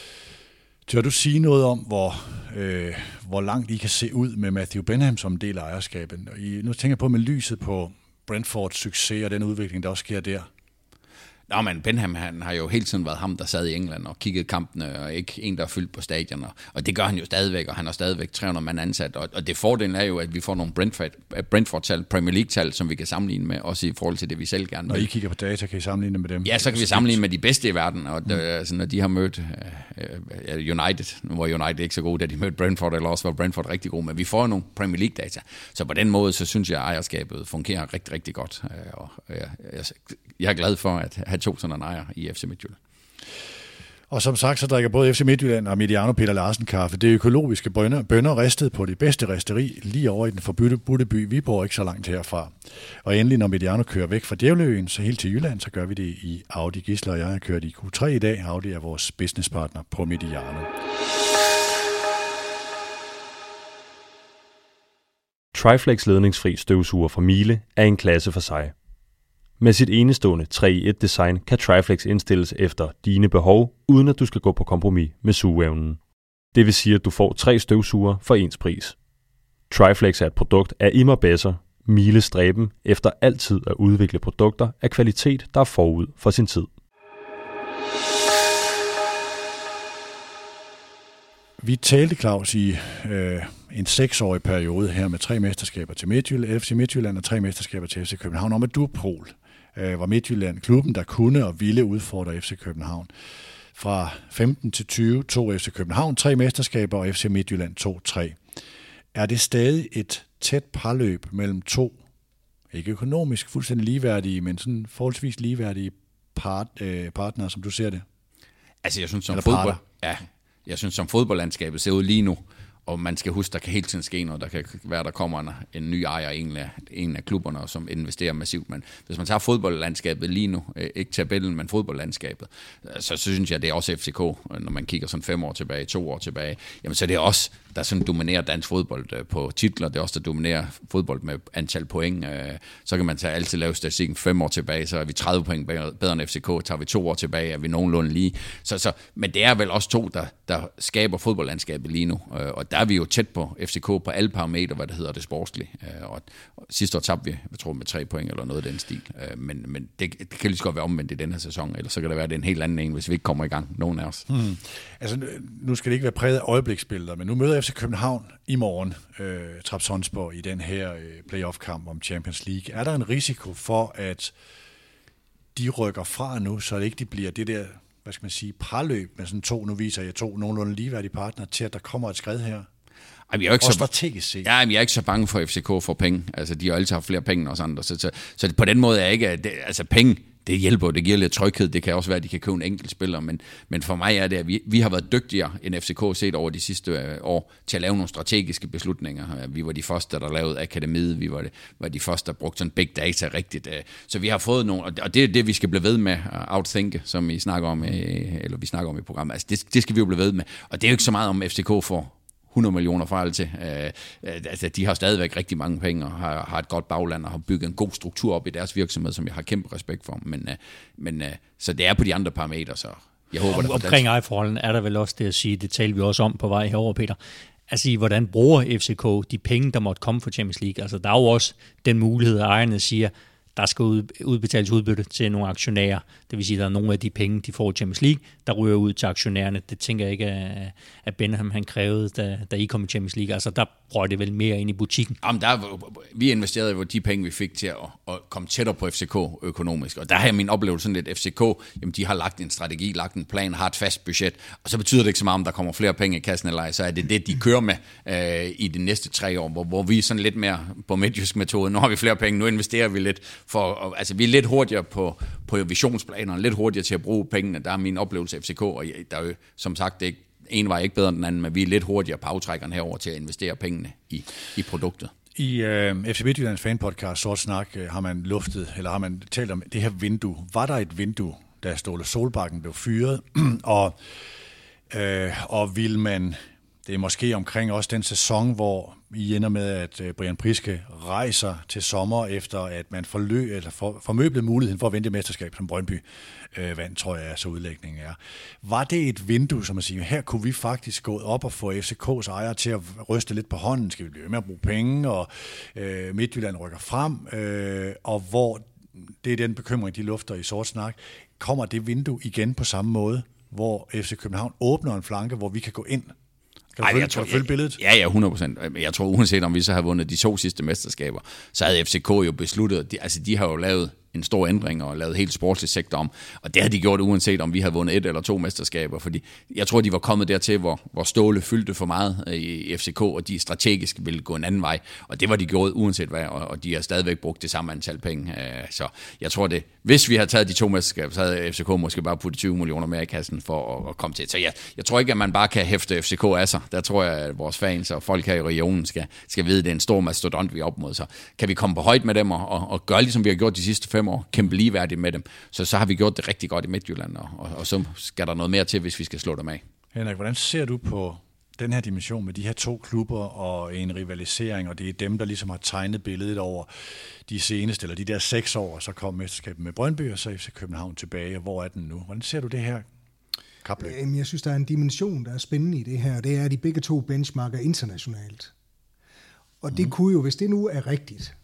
[SPEAKER 2] Tør du sige noget om, hvor, øh, hvor langt I kan se ud med Matthew Benham som del af ejerskabet? I, nu tænker jeg på med lyset på Brentfords succes og den udvikling, der også sker der.
[SPEAKER 3] Nå, men Benham, han har jo hele tiden været ham, der sad i England og kiggede kampene, og ikke en, der er fyldt på stadion. Og det gør han jo stadigvæk, og han har stadigvæk tre hundrede mand ansat. Og, og det fordelen er jo, at vi får nogle Brentford, Brentford-tal, Premier League-tal, som vi kan sammenligne med, også i forhold til det, vi selv gerne vil.
[SPEAKER 2] Når I kigger på data, kan I sammenligne med dem?
[SPEAKER 3] Ja, så kan vi sammenligne med de bedste i verden. Og der, mm. altså, når de har mødt uh, United, nu var United ikke så gode, da de mødte Brentford, eller også var Brentford rigtig gode, men vi får nogle Premier League-data. Så på den måde, så synes jeg, at ejerskabet fungerer rigtig, rigtig godt. Og jeg, jeg, jeg er glad for at have to sådan en ejer i F C Midtjylland.
[SPEAKER 2] Og som sagt, så drikker både F C Midtjylland og Mediano Peter Larsen kaffe. Det er økologiske bønner, bønner ristet på det bedste risteri lige over i den forbudte by. Vi bor ikke så langt herfra. Og endelig, når Mediano kører væk fra Djævleøen, så helt til Jylland, så gør vi det i Audi. Gisler og jeg har kørt i Q tre i dag. Audi er vores businesspartner på Mediano.
[SPEAKER 1] Triflex ledningsfri støvsuger fra Miele er en klasse for sig. Med sit enestående tre i et design kan Triflex indstilles efter dine behov, uden at du skal gå på kompromis med sugeevnen. Det vil sige, at du får tre støvsuger for ens pris. Triflex er et produkt af Immer Besser, Mieles stræben efter altid at udvikle produkter af kvalitet, der er forud for sin tid.
[SPEAKER 2] Vi talte, Claus, i øh, en seksårig periode her med tre mesterskaber til Midtjylland, F C Midtjylland og tre mesterskaber til F C København om at duopol. Øh, var Midtjylland klubben, der kunne og ville udfordre F C København. Fra femten til tyve tog F C København tre mesterskaber, og F C Midtjylland tog tre. Er det stadig et tæt parløb mellem to, ikke økonomisk fuldstændig ligeværdige, men sådan forholdsvis ligeværdige part, øh, partnere, som du ser det?
[SPEAKER 3] Altså, jeg synes som fodbold... Ja. Jeg synes, som fodboldlandskabet ser ud lige nu, og man skal huske, der kan hele tiden ske noget. Der kan være, der kommer en, en ny ejer i en af, en af klubberne, som investerer massivt. Men hvis man tager fodboldlandskabet lige nu, ikke tabellen, men fodboldlandskabet, så, så synes jeg, det er også F C K, når man kigger sådan fem år tilbage, to år tilbage. Jamen, så det er også, der sådan dominerer dansk fodbold på titler. Det er også, der dominerer fodbold med antal point. Så kan man tage altid lave statistikken fem år tilbage, så er vi tredive point bedre end F C K. Tager vi to år tilbage, er vi nogenlunde lige. Så, så, men det er vel også to, der, der skaber fodboldlandskabet lige nu. Og der er vi jo tæt på F C K på alle parametre, hvad det hedder det sportslige. Og sidste år tabte vi, jeg tror, med tre point eller noget af den stil. Men, men det, det kan lige så godt være omvendt i denne her sæson, eller så kan det være, det er en helt anden en, hvis vi ikke kommer i gang, nogen af os.
[SPEAKER 2] Hmm. Altså, nu skal det ikke være præget af øjebliksbilleder, men nu møder F C København i morgen øh, Trabzonspor i den her øh, playoff-kamp om Champions League. Er der en risiko for, at de rykker fra nu, så det ikke de bliver det der, hvad skal man sige, parløb med sådan to, nu viser jeg to nogenlunde ligeværdige partner, til at der kommer et skred her?
[SPEAKER 3] Jamen, jeg er ikke
[SPEAKER 2] og
[SPEAKER 3] så,
[SPEAKER 2] strategisk set.
[SPEAKER 3] Ja, men jeg er ikke så bange for F C K for penge. Altså, de har altid haft flere penge end os andre. Så, så, så på den måde er jeg ikke... Det, altså, penge, det hjælper, det giver lidt tryghed. Det kan også være, at de kan købe en enkelt spiller. Men, men for mig er det, at vi, vi har været dygtigere end F C K set over de sidste øh, år til at lave nogle strategiske beslutninger. Vi var de første, der lavede akademiet. Vi var, det, var de første, der brugte sådan big data rigtigt. Øh. Så vi har fået nogle... Og det er det, vi skal blive ved med at outthinke, som I snakker om, øh, eller vi snakker om i programmet. Altså, det, det skal vi jo blive ved med. Og det er jo ikke så meget, om F C K får hundrede millioner fejl til. Øh, altså, de har stadigvæk rigtig mange penge, og har, har et godt bagland, og har bygget en god struktur op i deres virksomhed, som jeg har kæmpe respekt for. Men, øh, men øh, så det er på de andre parametre, så jeg håber,
[SPEAKER 5] om, omkring ejerforholdene er der vel også det at sige, det talte vi også om på vej herover, Peter. Altså, hvordan bruger F C K de penge, der måtte komme fra Champions League? Altså, der er jo også den mulighed, at ejerne siger, der skal udbetales udbytte til nogle aktionærer. Det vil sige, at der er nogle af de penge, de får i Champions League, der ryger ud til aktionærerne. Det tænker jeg ikke, at Benham han krævede, da, da I kom i Champions League. Altså, der røg det vel mere ind i butikken.
[SPEAKER 3] Jamen, der, vi investerede jo de penge, vi fik til at, at komme tættere på F C K økonomisk. Og der har jeg min oplevelse sådan lidt, F C K, jamen, de har lagt en strategi, lagt en plan, har et fast budget. Og så betyder det ikke så meget, om der kommer flere penge i kassen eller ej. Så er det det, de kører med øh, i de næste tre år, hvor, hvor vi er sådan lidt mere på midtjysk metode. Nu har vi flere penge, nu investerer vi lidt. For, altså, vi er lidt hurtigere på, på visionsplaner, lidt hurtigere til at bruge pengene. Der er min oplevelse af F C K, og der er jo, som sagt, det er ikke, en var ikke bedre end den anden, men vi er lidt hurtigere på aftrækkeren herover til at investere pengene i, i produktet.
[SPEAKER 2] I øh, F C Midtjyllands fanpodcast Sort Snak øh, har man luftet, eller har man talt om det her vindue. Var der et vindue, da Ståle Solbakken blev fyret, og, øh, og vil man, det er måske omkring også den sæson, hvor I ender med, at Brian Priske rejser til sommer, efter at man forløb, eller for, formøblede muligheden for at vinde mesterskab, som Brøndby øh, vandt, tror jeg, så udlægningen er. Var det et vindue, som at sige, her kunne vi faktisk gå op og få F C K's ejere til at ryste lidt på hånden, skal vi blive med at bruge penge, og øh, Midtjylland rykker frem, øh, og hvor det er den bekymring, de lufter i Sort Snak, kommer det vindue igen på samme måde, hvor F C København åbner en flanke, hvor vi kan gå ind. Kan du, Ej, følge, jeg tror, kan du følge billedet?
[SPEAKER 3] Ja, ja, hundrede procent. Jeg tror, uanset om vi så havde vundet de to sidste mesterskaber, så havde F C K jo besluttet, de, altså de har jo lavet en stor ændring og lavet helt sportslig sektor om, og det havde de gjort uanset om vi havde vundet et eller to mesterskaber, fordi jeg tror, de var kommet dertil, hvor, hvor Ståle fyldte for meget i F C K, og de strategisk ville gå en anden vej, og det var de gjort uanset hvad, og de har stadigvæk brugt det samme antal penge, så jeg tror det, hvis vi havde taget de to mesterskaber, så havde F C K måske bare puttet tyve millioner mere i kassen for at, at komme til, så jeg, jeg tror ikke, at man bare kan hæfte F C K af sig, der tror jeg, at vores fans og folk her i regionen skal, skal vide, at det er en stor mastodont, vi er op mod, så kan vi komme på højt med dem og, og, og gøre ligesom vi har gjort de sidste fem år, kæmpe ligeværdigt med dem, så, så har vi gjort det rigtig godt i Midtjylland, og, og, og så skal der noget mere til, hvis vi skal slå dem af.
[SPEAKER 2] Henrik, hvordan ser du på den her dimension med de her to klubber og en rivalisering, og det er dem, der ligesom har tegnet billedet over de seneste, eller de der seks år, og så kom mesterskabet med Brøndby, og så F C København tilbage, og hvor er den nu? Hvordan ser du det her kapløb?
[SPEAKER 4] Jeg synes, der er en dimension, der er spændende i det her, og det er, at de begge to benchmarker internationalt. Og det mm. kunne jo, hvis det nu er rigtigt,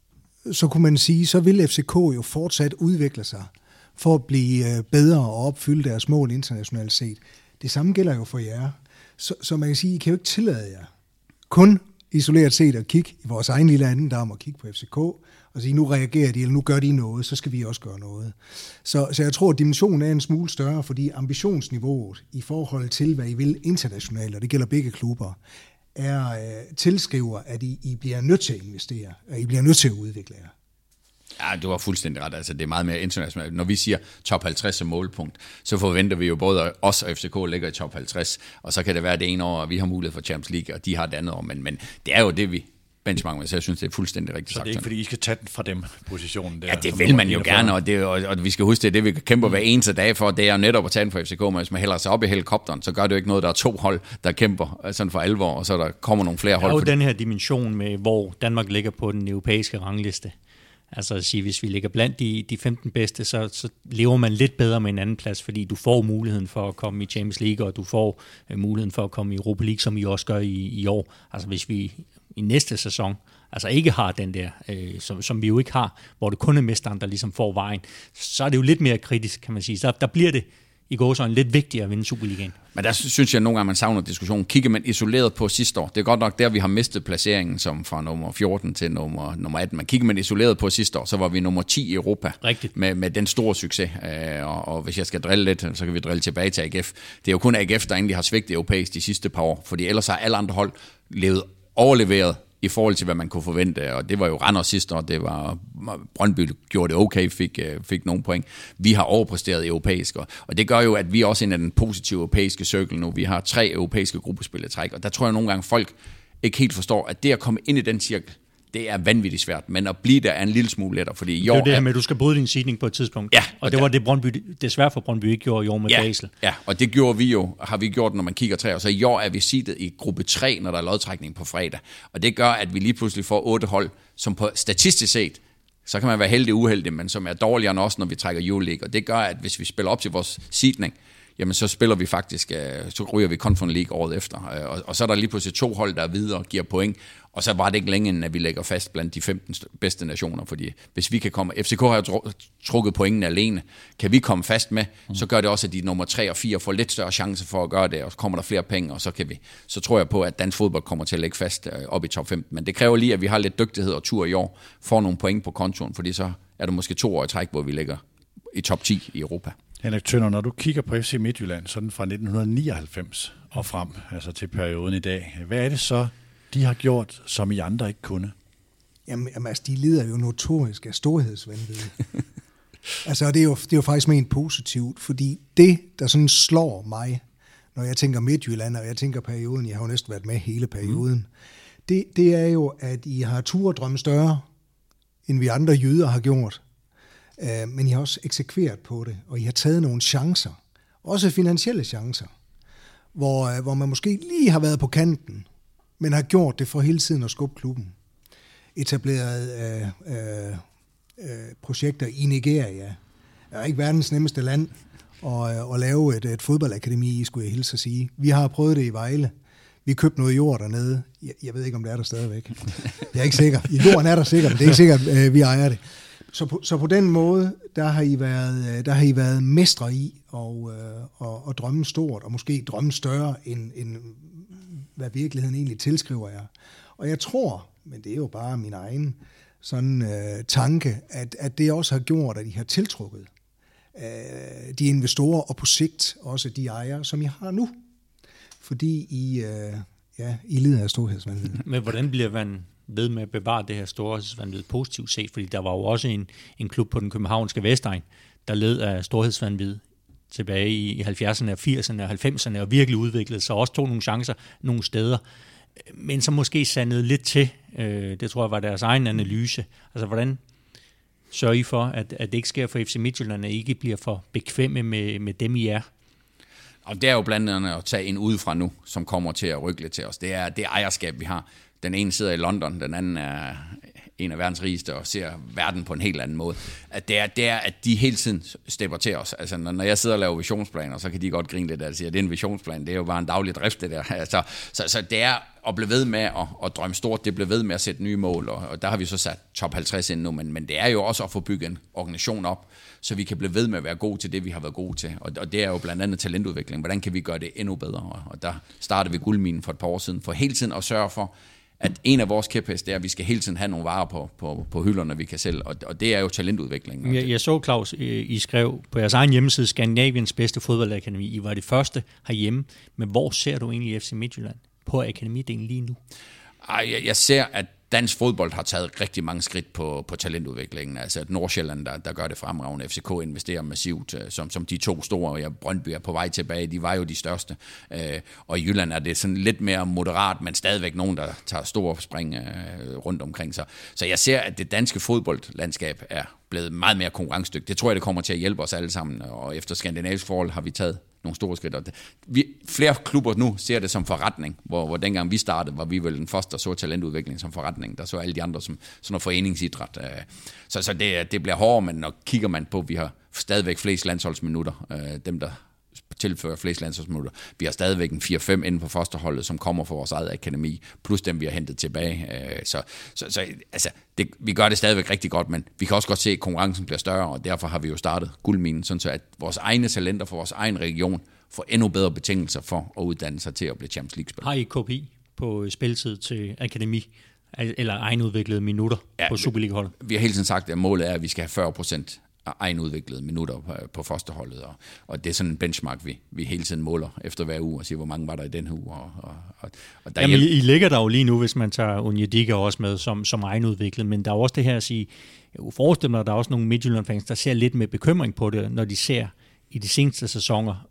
[SPEAKER 4] så kunne man sige, så vil F C K jo fortsat udvikle sig for at blive bedre og opfylde deres mål internationalt set. Det samme gælder jo for jer. Så, så man kan sige, I kan jo ikke tillade jer kun isoleret set at kigge i vores egen lille anden darm og kigge på F C K og sige, nu reagerer de, eller nu gør de noget, så skal vi også gøre noget. Så, så jeg tror, at dimensionen er en smule større, fordi ambitionsniveauet i forhold til, hvad I vil internationalt, og det gælder begge klubber, er øh, tilskriver, at I, I bliver nødt til at investere, at I bliver nødt til at udvikle jer.
[SPEAKER 3] Ja, du har fuldstændig ret. Altså, det er meget mere internationalt. Når vi siger top halvtreds som målpunkt, så forventer vi jo både os og F C K ligger i top halvtreds, og så kan det være det ene år, at vi har mulighed for Champions League, og de har det andet år. Men, men det er jo det, vi benchmark med, så jeg synes, det er fuldstændig rigtigt.
[SPEAKER 2] Så det er ikke, fordi I skal tage den fra dem, positionen der?
[SPEAKER 3] Ja, det vil man jo gerne, og, det, og, og vi skal huske, det er det, vi kæmper hver eneste dag for, det er jo netop at tage den fra F C K, men hvis man hælder sig op i helikopteren, så gør det jo ikke noget, der er to hold, der kæmper sådan for alvor, og så der kommer nogle flere hold.
[SPEAKER 5] Der er jo den her dimension med, hvor Danmark ligger på den europæiske rangliste. Altså at sige, hvis vi ligger blandt de, de femten bedste, så, så lever man lidt bedre med en anden plads, fordi du får muligheden for at komme i Champions League, og du får uh, muligheden for at komme i Europa League, som I også gør i, i år. Altså hvis vi i næste sæson altså ikke har den der, øh, som, som vi jo ikke har, hvor det kun er mesteren, der ligesom får vejen, så er det jo lidt mere kritisk, kan man sige. Så der bliver det i går så en lidt vigtigere at vinde Superligaen.
[SPEAKER 3] Men der synes jeg nogle gange, man savner diskussion. Kigger man isoleret på sidste år, det er godt nok der, vi har mistet placeringen som fra nummer fjorten til nummer, nummer atten. Men kigger man isoleret på sidste år, så var vi nummer ti i Europa.
[SPEAKER 5] Rigtigt. Med,
[SPEAKER 3] med den store succes. Øh, og, og hvis jeg skal drille lidt, så kan vi drille tilbage til A G F. Det er jo kun A G F, der egentlig har svigtet europæisk de sidste par år, fordi ellers har alle andre hold levet overleveret i forhold til, hvad man kunne forvente, og det var jo Randers sidste år, det var Brøndby gjorde det okay, fik, fik nogle point. Vi har overpræsteret europæisk, og det gør jo, at vi også er inde i den positive europæiske cirkel nu. Vi har tre europæiske gruppespil i træk, og der tror jeg nogle gange, folk ikke helt forstår, at det at komme ind i den cirkel, det er vanvittigt svært, men at blive der er en lille smule lettere, fordi i
[SPEAKER 5] år... Det er det her
[SPEAKER 3] er,
[SPEAKER 5] med, at du skal bryde din seedning på et tidspunkt.
[SPEAKER 3] Ja.
[SPEAKER 5] Og, og det var det, Brøndby, desværre for Brøndby ikke gjorde i år med
[SPEAKER 3] ja,
[SPEAKER 5] Basel.
[SPEAKER 3] Ja, og det gjorde vi jo, har vi gjort, når man kigger tre år. Så i år er vi seedet i gruppe tre, når der er lodtrækning på fredag. Og det gør, at vi lige pludselig får otte hold, som på statistisk set, så kan man være heldig og uheldig, men som er dårligere end os, når vi trækker Euroleague. Og det gør, at hvis vi spiller op til vores seedning, jamen så spiller vi faktisk, så ryger vi Conference League året efter. Og, og så er der lige pludselig to hold, der er videre og giver point. Og så var det ikke længe, end at vi lægger fast blandt de femten bedste nationer. Fordi hvis vi kan komme... F C K har jo trukket pointene alene. Kan vi komme fast med, mm. så gør det også, at de nummer tre og fire får lidt større chance for at gøre det, og så kommer der flere penge, og så kan vi... Så tror jeg på, at dansk fodbold kommer til at lægge fast op i top femten. Men det kræver lige, at vi har lidt dygtighed og tur i år, får nogle point på kontoen, fordi så er det måske to år i træk, hvor vi ligger i top ti i Europa.
[SPEAKER 2] Henrik Tønder, når du kigger på F C Midtjylland, sådan fra nitten nioghalvfems og frem, altså til perioden i dag, hvad er det så, de har gjort, som I andre ikke kunne?
[SPEAKER 4] Jamen, jamen altså, de lider jo notorisk af storhedsvanvid. altså, det er, jo, det er jo faktisk ment positivt, fordi det, der sådan slår mig, når jeg tænker Midtjylland, og jeg tænker perioden, jeg har jo næsten været med hele perioden, mm. det, det er jo, at I har tur drømme større, end vi andre jyder har gjort. Uh, men I har også eksekveret på det, og I har taget nogle chancer, også finansielle chancer, hvor, uh, hvor man måske lige har været på kanten, men har gjort det for hele tiden at skubbe klubben. Etableret uh, uh, uh, projekter i Nigeria. Det er ikke verdens nemmeste land at, uh, at lave et, et fodboldakademi i, skulle jeg hilse at sige. Vi har prøvet det i Vejle. Vi købte noget jord dernede. Jeg, jeg ved ikke, om det er der stadigvæk. Jeg er ikke sikker. I jorden er der sikkert, men det er ikke sikkert, uh, vi ejer det. Så på, så på den måde, der har I været, der har I været mestre i og, og, og drømme stort, og måske drømme større, end, end hvad virkeligheden egentlig tilskriver jer. Og jeg tror, men det er jo bare min egen sådan, øh, tanke, at, at det også har gjort, at I har tiltrukket øh, de investorer, og på sigt også de ejere, som I har nu. Fordi I, øh, ja, I lider af storhedsvanvid.
[SPEAKER 5] Men hvordan bliver man ved med at bevare det her storhedsvanvid positivt set? Fordi der var jo også en, en klub på den københavnske Vestegn, der led af storhedsvanvid tilbage i halvfjerdserne og firserne og halvfemserne, og virkelig udviklede sig, også tog nogle chancer nogle steder, men så måske sandede lidt til. Det tror jeg var deres egen analyse. Altså, hvordan sørger I for, at, at det ikke sker for F C Midtjylland, at I ikke bliver for bekvemme med, med dem, I er?
[SPEAKER 3] Og det er jo blandt andet at tage en udefra nu, som kommer til at rykke lidt til os. Det er det ejerskab, vi har. Den ene sidder i London, den anden er en af verdens rigeste og ser verden på en helt anden måde. At det, er, det er, at de hele tiden stepper til os. Altså, når jeg sidder og laver visionsplaner, så kan de godt grine lidt af det, siger, det er en visionsplan, det er jo bare en daglig drift, det der. Altså, så, så det er at blive ved med at, at drømme stort, det bliver ved med at sætte nye mål, og, og der har vi så sat top halvtreds ind nu, men, men det er jo også at få bygget en organisation op, så vi kan blive ved med at være gode til det, vi har været gode til. Og, og det er jo blandt andet talentudvikling. Hvordan kan vi gøre det endnu bedre? Og, og der startede vi Guldminen for et par år siden, for hele tiden at sørge for, at en af vores kæpheste er, at vi skal hele tiden have nogle varer på, på, på hylderne, vi kan sælge, og, og det er jo talentudvikling.
[SPEAKER 5] Jeg, jeg så, Claus, I skrev på jeres egen hjemmeside, Skandinaviens bedste fodboldakademi. I var det første herhjemme, men hvor ser du egentlig F C Midtjylland på akademidelen lige nu?
[SPEAKER 3] Ej, jeg, jeg ser, at dansk fodbold har taget rigtig mange skridt på, på talentudviklingen. Altså at Nordsjælland, der, der gør det fremragende. F C K investerer massivt, som, som de to store, ja, Brøndby er på vej tilbage, de var jo de største. Øh, og i Jylland er det sådan lidt mere moderat, men stadigvæk nogen, der tager store spring øh, rundt omkring sig. Så jeg ser, at det danske fodboldlandskab er blevet meget mere konkurrencedygtigt. Det tror jeg, det kommer til at hjælpe os alle sammen, og efter skandinavisk forhold har vi taget nogle store skridt. Vi, flere klubber nu ser det som forretning, hvor, hvor dengang vi startede, var vi vel den første, der så talentudvikling som forretning. Der så alle de andre som sådan noget foreningsidræt. Så, så det, det bliver hårdere, men når kigger man på, vi har stadigvæk flest landsholdsminutter, dem der tilfører flest landsholdsminutter. Vi har stadigvæk en fire fem inden på førsteholdet, som kommer fra vores eget akademi, plus dem, vi har hentet tilbage. Så, så, så altså, det, vi gør det stadigvæk rigtig godt, men vi kan også godt se, at konkurrencen bliver større, og derfor har vi jo startet Guldminen, sådan så at vores egne talenter for vores egen region får endnu bedre betingelser for at uddanne sig til at blive Champions League-spiller.
[SPEAKER 5] Har I K P I på spilletid til akademi, eller egenudviklede minutter ja, på Superliga-holdet?
[SPEAKER 3] Vi har hele tiden sagt, at målet er, at vi skal have fyrre procent egenudviklede minutter på, på førsteholdet, og, og det er sådan en benchmark, vi, vi hele tiden måler efter hver uge, og siger, hvor mange var der i den uge. Og, og, og der
[SPEAKER 5] Jamen, hjælp... I, I ligger der jo lige nu, hvis man tager Onyedika også med som, som egenudviklet, men der er også det her at sige, jeg kunne forestille mig, at der er også nogle Midtjylland-fans, der ser lidt med bekymring på det, når de ser i de seneste sæsoner,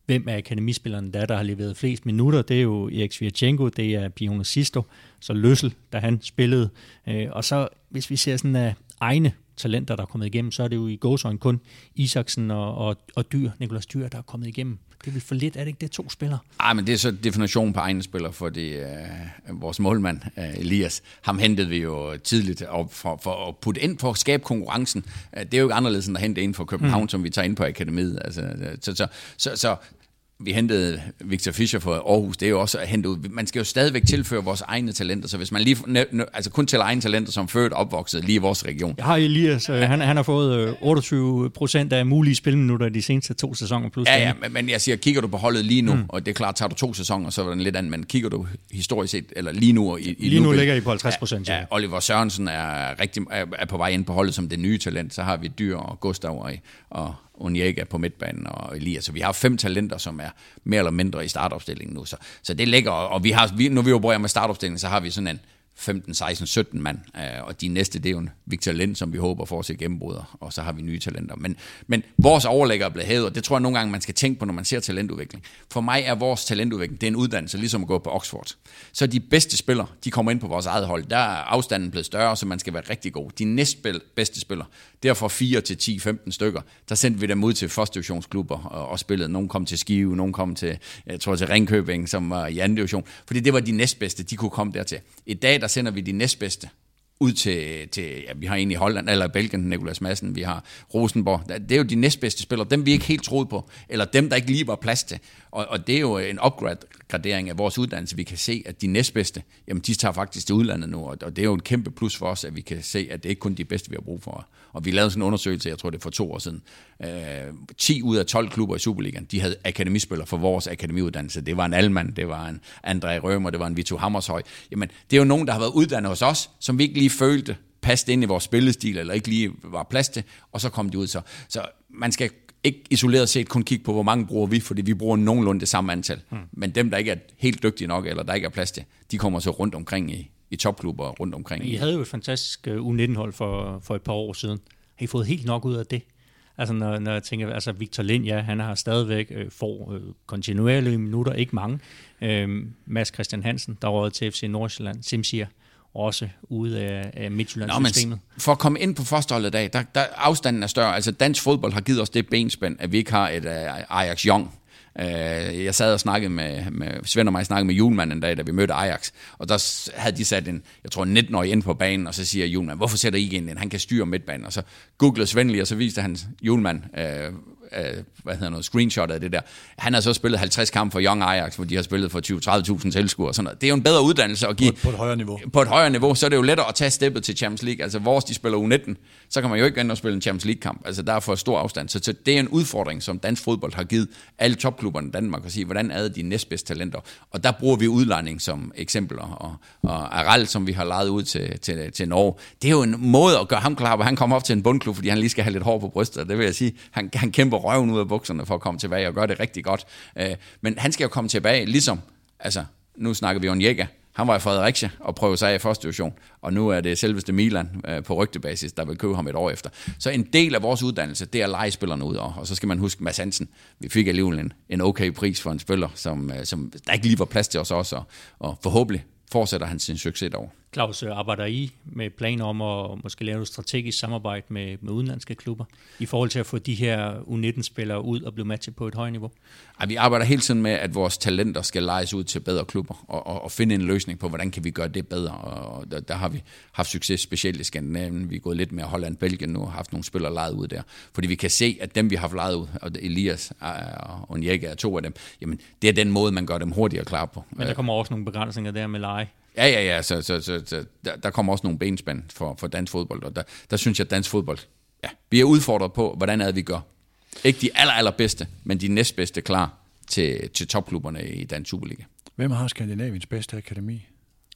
[SPEAKER 5] hvem er akademispillerne, der, der har leveret flest minutter. Det er jo Erik Svirchenko, det er Pione Sisto, så Løssel, da han spillede. Øh, og så, hvis vi ser sådan af egne talenter, der er kommet igennem, så er det jo i gåseøjne kun Isaksen og, og, og Dyr, Nicolas Dyr, der er kommet igennem. Det er vel for lidt, er det ikke det to spillere?
[SPEAKER 3] Ej, men det er så definitionen på egne spillere, fordi øh, vores målmand, øh, Elias, ham hentede vi jo tidligt op for, for at putte ind på at skabe konkurrencen. Det er jo ikke anderledes end at hente ind fra København, mm. som vi tager ind på akademiet. Altså, så, så, så, så vi hentede Victor Fischer fra Aarhus, det er jo også at hente ud. Man skal jo stadigvæk tilføre vores egne talenter, så hvis man lige, altså kun tæller egne talenter, som født og opvokset lige i vores region.
[SPEAKER 5] Jeg har Elias, øh, han, han har fået otteogtyve procent af mulige spilminutter de seneste to sæsoner plus.
[SPEAKER 3] Ja, ja, men, men jeg siger, kigger du på holdet lige nu, mm. og det er klart, tager du to sæsoner, så er det lidt andet, men kigger du historisk set, eller lige nu... I, i
[SPEAKER 5] lige nu
[SPEAKER 3] nu,
[SPEAKER 5] ligger I på halvtreds procent.
[SPEAKER 3] Ja, ja, Oliver Sørensen er, rigtig, er, er på vej ind på holdet som det nye talent, så har vi Dyr og Gustav og, og Onyeka på midtbanen og Elias. Så vi har fem talenter, som er mere eller mindre i startopstillingen nu. Så, så det ligger, og vi har, vi, når vi opererer med startopstillingen, så har vi sådan en femten, seksten, sytten mand, øh, og de næste, det er jo en Victor Lind, som vi håber får sig gennembrud, og så har vi nye talenter. Men, men vores overlægger er blevet hævet, og det tror jeg nogle gange, man skal tænke på, når man ser talentudvikling. For mig er vores talentudvikling, det er en uddannelse, ligesom at gå på Oxford. Så de bedste spillere, de kommer ind på vores eget hold. Der er afstanden blevet større, så man skal være rigtig god. De næstbedste spillere, derfor fire til ti, femten stykker, der sendte vi dem ud til første divisionsklubber og, og spillede. Nogle kom til Skive, nogle kom til, jeg tror, til Ringkøbing, som var i anden division. Fordi det var de næstbedste, de kunne komme dertil. I dag, der sender vi de næstbedste ud til, til ja, vi har en i Holland, eller Belgien, Nicolas Madsen, vi har Rosenborg. Det er jo de næstbedste spillere, dem vi ikke helt troede på, eller dem, der ikke lige var plads til. Og, og det er jo en opgradering af vores uddannelse. Vi kan se, at de næstbedste, jamen de tager faktisk til udlandet nu, og det er jo et kæmpe plus for os, at vi kan se, at det ikke kun de bedste, vi har brug for. Og vi lavede sådan en undersøgelse, jeg tror det er for to år siden. Øh, ti ud af tolv klubber i Superligaen, de havde akademispillere for vores akademiuddannelse. Det var en Alman, det var en André Rømer, det var en Vito Hammershøj. Jamen, det er jo nogen, der har været uddannet hos os, som vi ikke lige følte passede ind i vores spillestil, eller ikke lige var plads til, og så kom de ud. Så, så man skal ikke isoleret set kun kigge på, hvor mange bruger vi, fordi vi bruger nogenlunde det samme antal. Hmm. Men dem, der ikke er helt dygtige nok, eller der ikke er plads til, de kommer så rundt omkring i, i topklubber rundt omkring.
[SPEAKER 5] I havde jo et fantastisk U nitten-hold for, for et par år siden. Har I fået helt nok ud af det? Altså når, når jeg tænker, altså Victor Lind, ja, han har stadigvæk øh, får øh, kontinuerlige minutter, ikke mange. Øh, Mads Christian Hansen, der råd til F C Nordsjælland, Simsier, også ude af, af Midtjylland-systemet.
[SPEAKER 3] For at komme ind på førsteholdet i dag, der, der afstanden er større. Altså dansk fodbold har givet os det benspænd, at vi ikke har et uh, Ajax Young. Uh, jeg sad og snakkede med, med Svend og mig snakkede med Julemand en dag, da vi mødte Ajax, og der havde de sat en, jeg tror nitten-årig ind på banen, og så siger Julemand, hvorfor sætter I ikke ind? Han kan styre midtbanen, og så googlede Svend lige, og så viste han Julemand, uh, Uh, hvad hedder noget, screenshot af det der. Han har så spillet halvtreds kampe for Young Ajax, hvor de har spillet for tyve til tredive tusind tilskuere og sådan noget. Det er jo en bedre uddannelse at give.
[SPEAKER 2] På, på et højere niveau.
[SPEAKER 3] På et højere niveau, så er det jo lettere at tage steppet til Champions League. Altså vores, de spiller U nitten, så kan man jo ikke ind og spille en Champions League-kamp. Altså der er for stor afstand. Så, så det er en udfordring, som dansk fodbold har givet alle topklubberne i Danmark, at sige, hvordan er de næstbedste talenter. Og der bruger vi udlejning som eksempel, og, og Aral, som vi har lejet ud til, til, til Norge. Det er jo en måde at gøre ham klar, hvor han kommer op til en bundklub, fordi han lige skal have lidt hår på brystet. Det vil jeg sige. Han, han kæmper røven ud af bukserne for at komme tilbage og gøre det rigtig godt. Men han skal jo komme tilbage, ligesom, altså, nu snakker vi om Onyeka. Han var i Fredericia og prøvede sig af i første division, og nu er det selveste Milan på rygtebasis, der vil købe ham et år efter. Så en del af vores uddannelse, det er at lege spillerne ud, og så skal man huske Mads Hansen. Vi fik alligevel en, en okay pris for en spiller, som, som der ikke lige var plads til os også, og, og forhåbentlig fortsætter han sin succes derovre.
[SPEAKER 5] Claus, arbejder I med planer om at måske lave et strategisk samarbejde med, med udenlandske klubber, i forhold til at få de her U nitten-spillere ud og blive matchet på et højt niveau?
[SPEAKER 3] Ej, vi arbejder hele tiden med, at vores talenter skal lejes ud til bedre klubber, og, og, og finde en løsning på, hvordan kan vi gøre det bedre. Og der, der har vi haft succes, specielt i Skandinavien. Vi er gået lidt mere Holland, Belgien nu, og har haft nogle spillere lejet ud der. Fordi vi kan se, at dem, vi har haft lejet ud, og Elias og Onyeka er to af dem, jamen, det er den måde, man gør dem hurtigere klar på.
[SPEAKER 5] Men der kommer også nogle begrænsninger der med leje.
[SPEAKER 3] Ja, ja, ja, så, så, så, så der, der kommer også nogle benspænd for, for dansk fodbold, og der, der synes jeg, at dansk fodbold, ja, vi er udfordret på, hvordan er det, vi gør. Ikke de aller, allerbedste, men de næstbedste klar til, til topklubberne i dansk Superliga.
[SPEAKER 2] Hvem har Skandinaviens bedste akademi?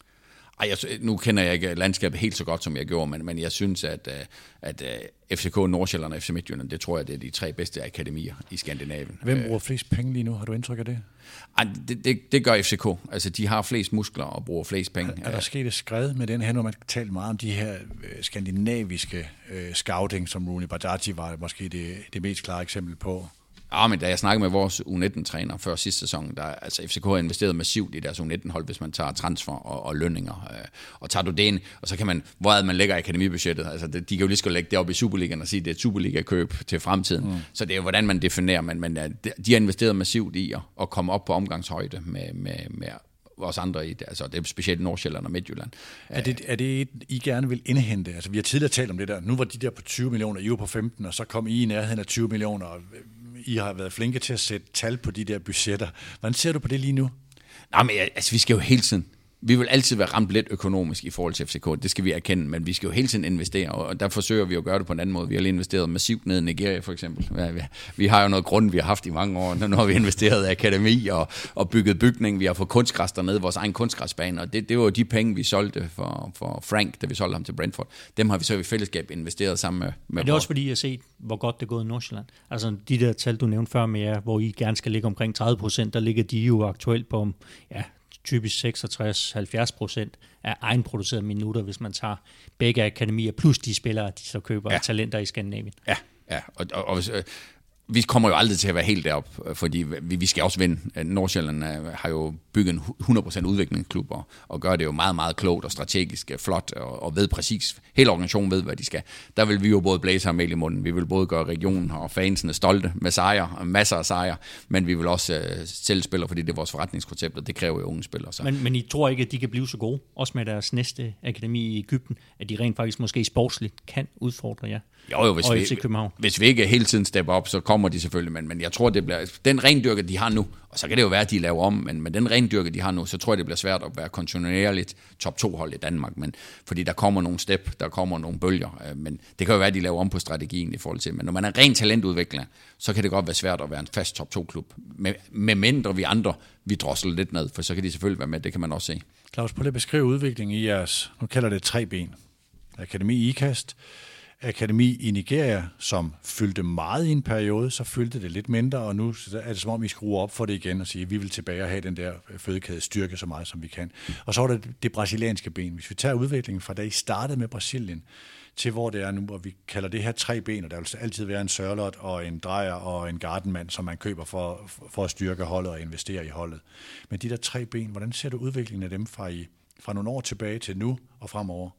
[SPEAKER 3] Ej, jeg, nu kender jeg ikke landskabet helt så godt, som jeg gjorde, men, men jeg synes, at, at F C K Nordsjælland og F C Midtjylland, det tror jeg, det er de tre bedste akademier i Skandinavien.
[SPEAKER 2] Hvem bruger flest penge lige nu? Har du indtryk af det?
[SPEAKER 3] Ej, det, det, det gør F C K. Altså, de har flest muskler og bruger flest penge.
[SPEAKER 2] Er, er der sket et skred med den her, når man taler meget om de her øh, skandinaviske øh, scouting, som Rooney Badaji var måske det, det mest klare eksempel på?
[SPEAKER 3] Ja, men da jeg snakkede med vores U nitten-træner før sidste sæson, der altså F C K har investeret massivt i deres U nitten-hold, hvis man tager transfer og, og lønninger. Øh, og tager du det ind, og så kan man, hvor er det, man lægger akademibudgettet? Altså, det, de kan jo lige så godt lægge det op i Superligaen og sige, at det er et Superliga-køb til fremtiden. Mm. Så det er jo, hvordan man definerer, men, men de har investeret massivt i at, at komme op på omgangshøjde med, med, med vores andre i det. Altså, det er specielt Nordsjælland og Midtjylland.
[SPEAKER 2] Er det, er det et, I gerne vil indhente? Altså, vi har tidligere talt om det der. Nu var de der på tyve millioner, I var på femten, og så kom I i nærheden af tyve millioner, og I har været flinke til at sætte tal på de der budgetter. Hvordan ser du på det lige nu?
[SPEAKER 3] Nej, men altså, vi skal jo hele tiden... Vi vil altid være ramt lidt økonomisk i forhold til F C K, det skal vi erkende, men vi skal jo hele tiden investere, og der forsøger vi at gøre det på en anden måde. Vi har lige investeret massivt ned i Nigeria for eksempel. Vi, vi har jo noget grund, vi har haft i mange år. Nu har vi investeret i akademi og, og bygget bygning. Vi har fået kunstgræs dernede, vores egen kunstgræsbane, og det, det var jo de penge, vi solgte for, for Frank, da vi solgte ham til Brentford. Dem har vi så i fællesskab investeret sammen med... med
[SPEAKER 5] men det er også fordi, jeg har set, hvor godt det er gået i Nordsjælland. Altså de der tal, du nævnte før med jer, hvor I gerne skal ligge omkring tredive procent, der ligger de jo aktuelt på... ja. typisk seksogtres til halvfjerds procent af egenproducerede minutter, hvis man tager begge akademier, plus de spillere, de så køber ja. talenter i Skandinavien.
[SPEAKER 3] Ja, ja. og, og, og øh, vi kommer jo aldrig til at være helt derop, fordi vi, vi skal også vinde. Nordsjælland har jo bygget en hundrede procent udviklingsklub, og, og gør det jo meget, meget klogt og strategisk flot, og, og ved præcis, hele organisationen ved, hvad de skal. Der vil vi jo både blæse og mel i munden. Vi vil både gøre regionen og fansene stolte med sejre, masser af sejre, men vi vil også øh, selv spille, fordi det er vores forretningskoncept, og det kræver jo unge spillere. Så.
[SPEAKER 5] Men, men I tror ikke, at de kan blive så gode, også med deres næste akademi i Egypten, at de rent faktisk måske sportsligt kan udfordre jer?
[SPEAKER 3] Jo, jo, hvis, vi, hvis vi ikke hele tiden stepper op, så kommer de selvfølgelig, men, men jeg tror, det bliver den rendyrke, de har nu, og så kan det jo være, at de laver om, men med den rendyrke, de har nu, så tror jeg, det bliver svært at være kontinuerligt top to hold i Danmark, men fordi der kommer nogle step, der kommer nogle bølger, men det kan jo være, at de laver om på strategien i forhold til, men når man er ren talentudvikler, så kan det godt være svært at være en fast top to klub, med, med mindre vi andre, vi drosler lidt ned, for så kan de selvfølgelig være med, det kan man også se.
[SPEAKER 2] Claus, prøv lige at beskrive udviklingen i jeres, nu kalder det tre ben, Akademi i Ikast, Akademi i Nigeria, som fyldte meget i en periode, så fyldte det lidt mindre, og nu er det som om, I skruer op for det igen og siger, at vi vil tilbage og have den der fødekæde styrke så meget, som vi kan. Og så var det det brasilianske ben. Hvis vi tager udviklingen fra da I startede med Brasilien, til hvor det er nu, og vi kalder det her tre ben, og der vil altid være en sørlot og en drejer og en gardenmand, som man køber for, for at styrke holdet og investere i holdet. Men de der tre ben, hvordan ser du udviklingen af dem fra, I, fra nogle år tilbage til nu og fremover?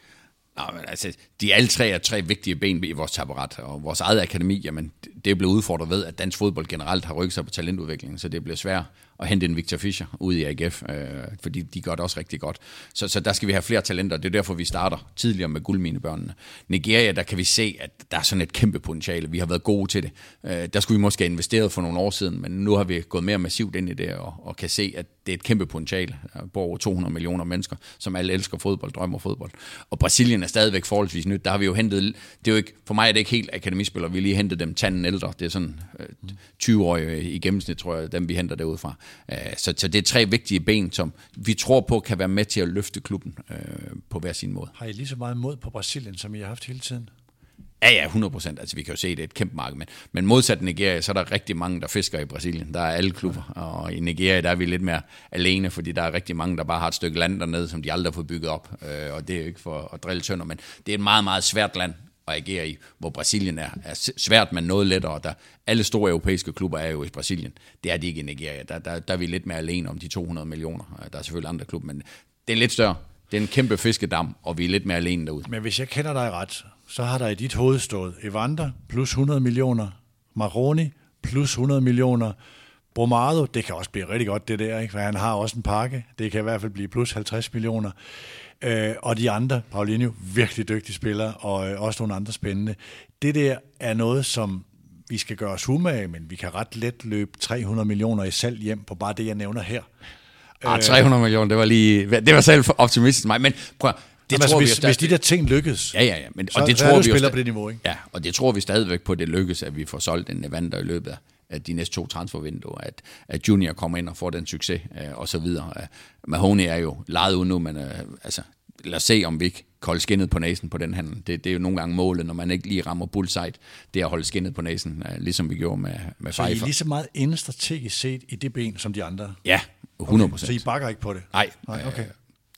[SPEAKER 3] Nå, men altså, de alle tre er tre vigtige ben i vores apparat, og vores eget akademi, jamen, det er blevet udfordret ved, at dansk fodbold generelt har rykket sig på talentudviklingen, så det bliver svært at hente en Victor Fischer ud i A G F, øh, fordi de gør det også rigtig godt. Så, så der skal vi have flere talenter, det er derfor, vi starter tidligere med guldminebørnene. Nigeria, der kan vi se, at der er sådan et kæmpe potentiale. Vi har været gode til det. Øh, der skulle vi måske have investeret for nogle år siden, men nu har vi gået mere massivt ind i det, og, og kan se, at det er et kæmpe potentiale. Der bor over to hundrede millioner mennesker, som alle elsker fodbold, drømmer fodbold. Og Brasilien er stadigvæk forholdsvis nyt. Der har vi jo hentet, det er jo ikke, for mig er det ikke helt akademispillere, vi har lige hentet dem tanden ældre. Det er sådan øh, tyve-årige i gennemsnit, tror jeg, dem vi henter derudfra. Så, så det er tre vigtige ben, som vi tror på kan være med til at løfte klubben øh, på hver sin måde.
[SPEAKER 2] Har I lige så meget mod på Brasilien, som I har haft hele tiden?
[SPEAKER 3] Ja, ja, hundrede procent. Altså, vi kan jo se, at det er et kæmpe marked. Men, men modsat Nigeria, så er der rigtig mange, der fisker i Brasilien. Der er alle klubber. Og i Nigeria, der er vi lidt mere alene, fordi der er rigtig mange, der bare har et stykke land dernede, som de aldrig har fået bygget op. Øh, og det er jo ikke for at drille tønder, men det er et meget, meget svært land at agere i, hvor Brasilien er, er svært, men noget lettere. Der, alle store europæiske klubber er jo i Brasilien. Det er de ikke i Nigeria. Der, der, der er vi lidt mere alene om de to hundrede millioner. Der er selvfølgelig andre klubber, men det er lidt større. Det er en kæmpe fiskedam, og vi er lidt mere alene derude.
[SPEAKER 2] Men hvis jeg kender dig ret, så har der i dit hoved stået Evander plus hundrede millioner, Maroni plus hundrede millioner, Bromado, det kan også blive rigtig godt det der, ikke? For han har også en pakke. Det kan i hvert fald blive plus halvtreds millioner. Øh, og de andre, Paulinho, virkelig dygtige spillere, og øh, også nogle andre spændende. Det der er noget, som vi skal gøre os umage, men vi kan ret let løbe tre hundrede millioner i salg hjem på bare det, jeg nævner her.
[SPEAKER 3] Ah, tre hundrede millioner, det var lige, det var selv optimistisk mig, men prøv, det
[SPEAKER 2] Jamen,
[SPEAKER 3] tror
[SPEAKER 2] altså,
[SPEAKER 3] vi
[SPEAKER 2] hvis, hvis de der ting lykkes,
[SPEAKER 3] ja, ja, ja, men,
[SPEAKER 2] så,
[SPEAKER 3] og det
[SPEAKER 2] så
[SPEAKER 3] tror
[SPEAKER 2] er du
[SPEAKER 3] vi
[SPEAKER 2] spiller
[SPEAKER 3] sta-
[SPEAKER 2] på det niveau, ikke?
[SPEAKER 3] Ja, og det tror vi stadigvæk på, det lykkes, at vi får solgt en Evander i løbet af de næste to transfervinduer, at, at Junior kommer ind og får den succes, øh, og så videre. Mahoney er jo lejet ud nu, men øh, altså, lad os se, om vi ikke holde skinnet på næsen på den handel. Det, det er jo nogle gange målet, når man ikke lige rammer bullseye, det er at holde skinnet på næsen, ligesom vi gjorde med, med
[SPEAKER 2] Så
[SPEAKER 3] Pfeiffer.
[SPEAKER 2] I er lige så meget indstrategisk set i det ben, som de andre?
[SPEAKER 3] Ja, hundrede procent.
[SPEAKER 2] Okay, så I bakker ikke på det?
[SPEAKER 3] Nej,
[SPEAKER 2] Nej, okay.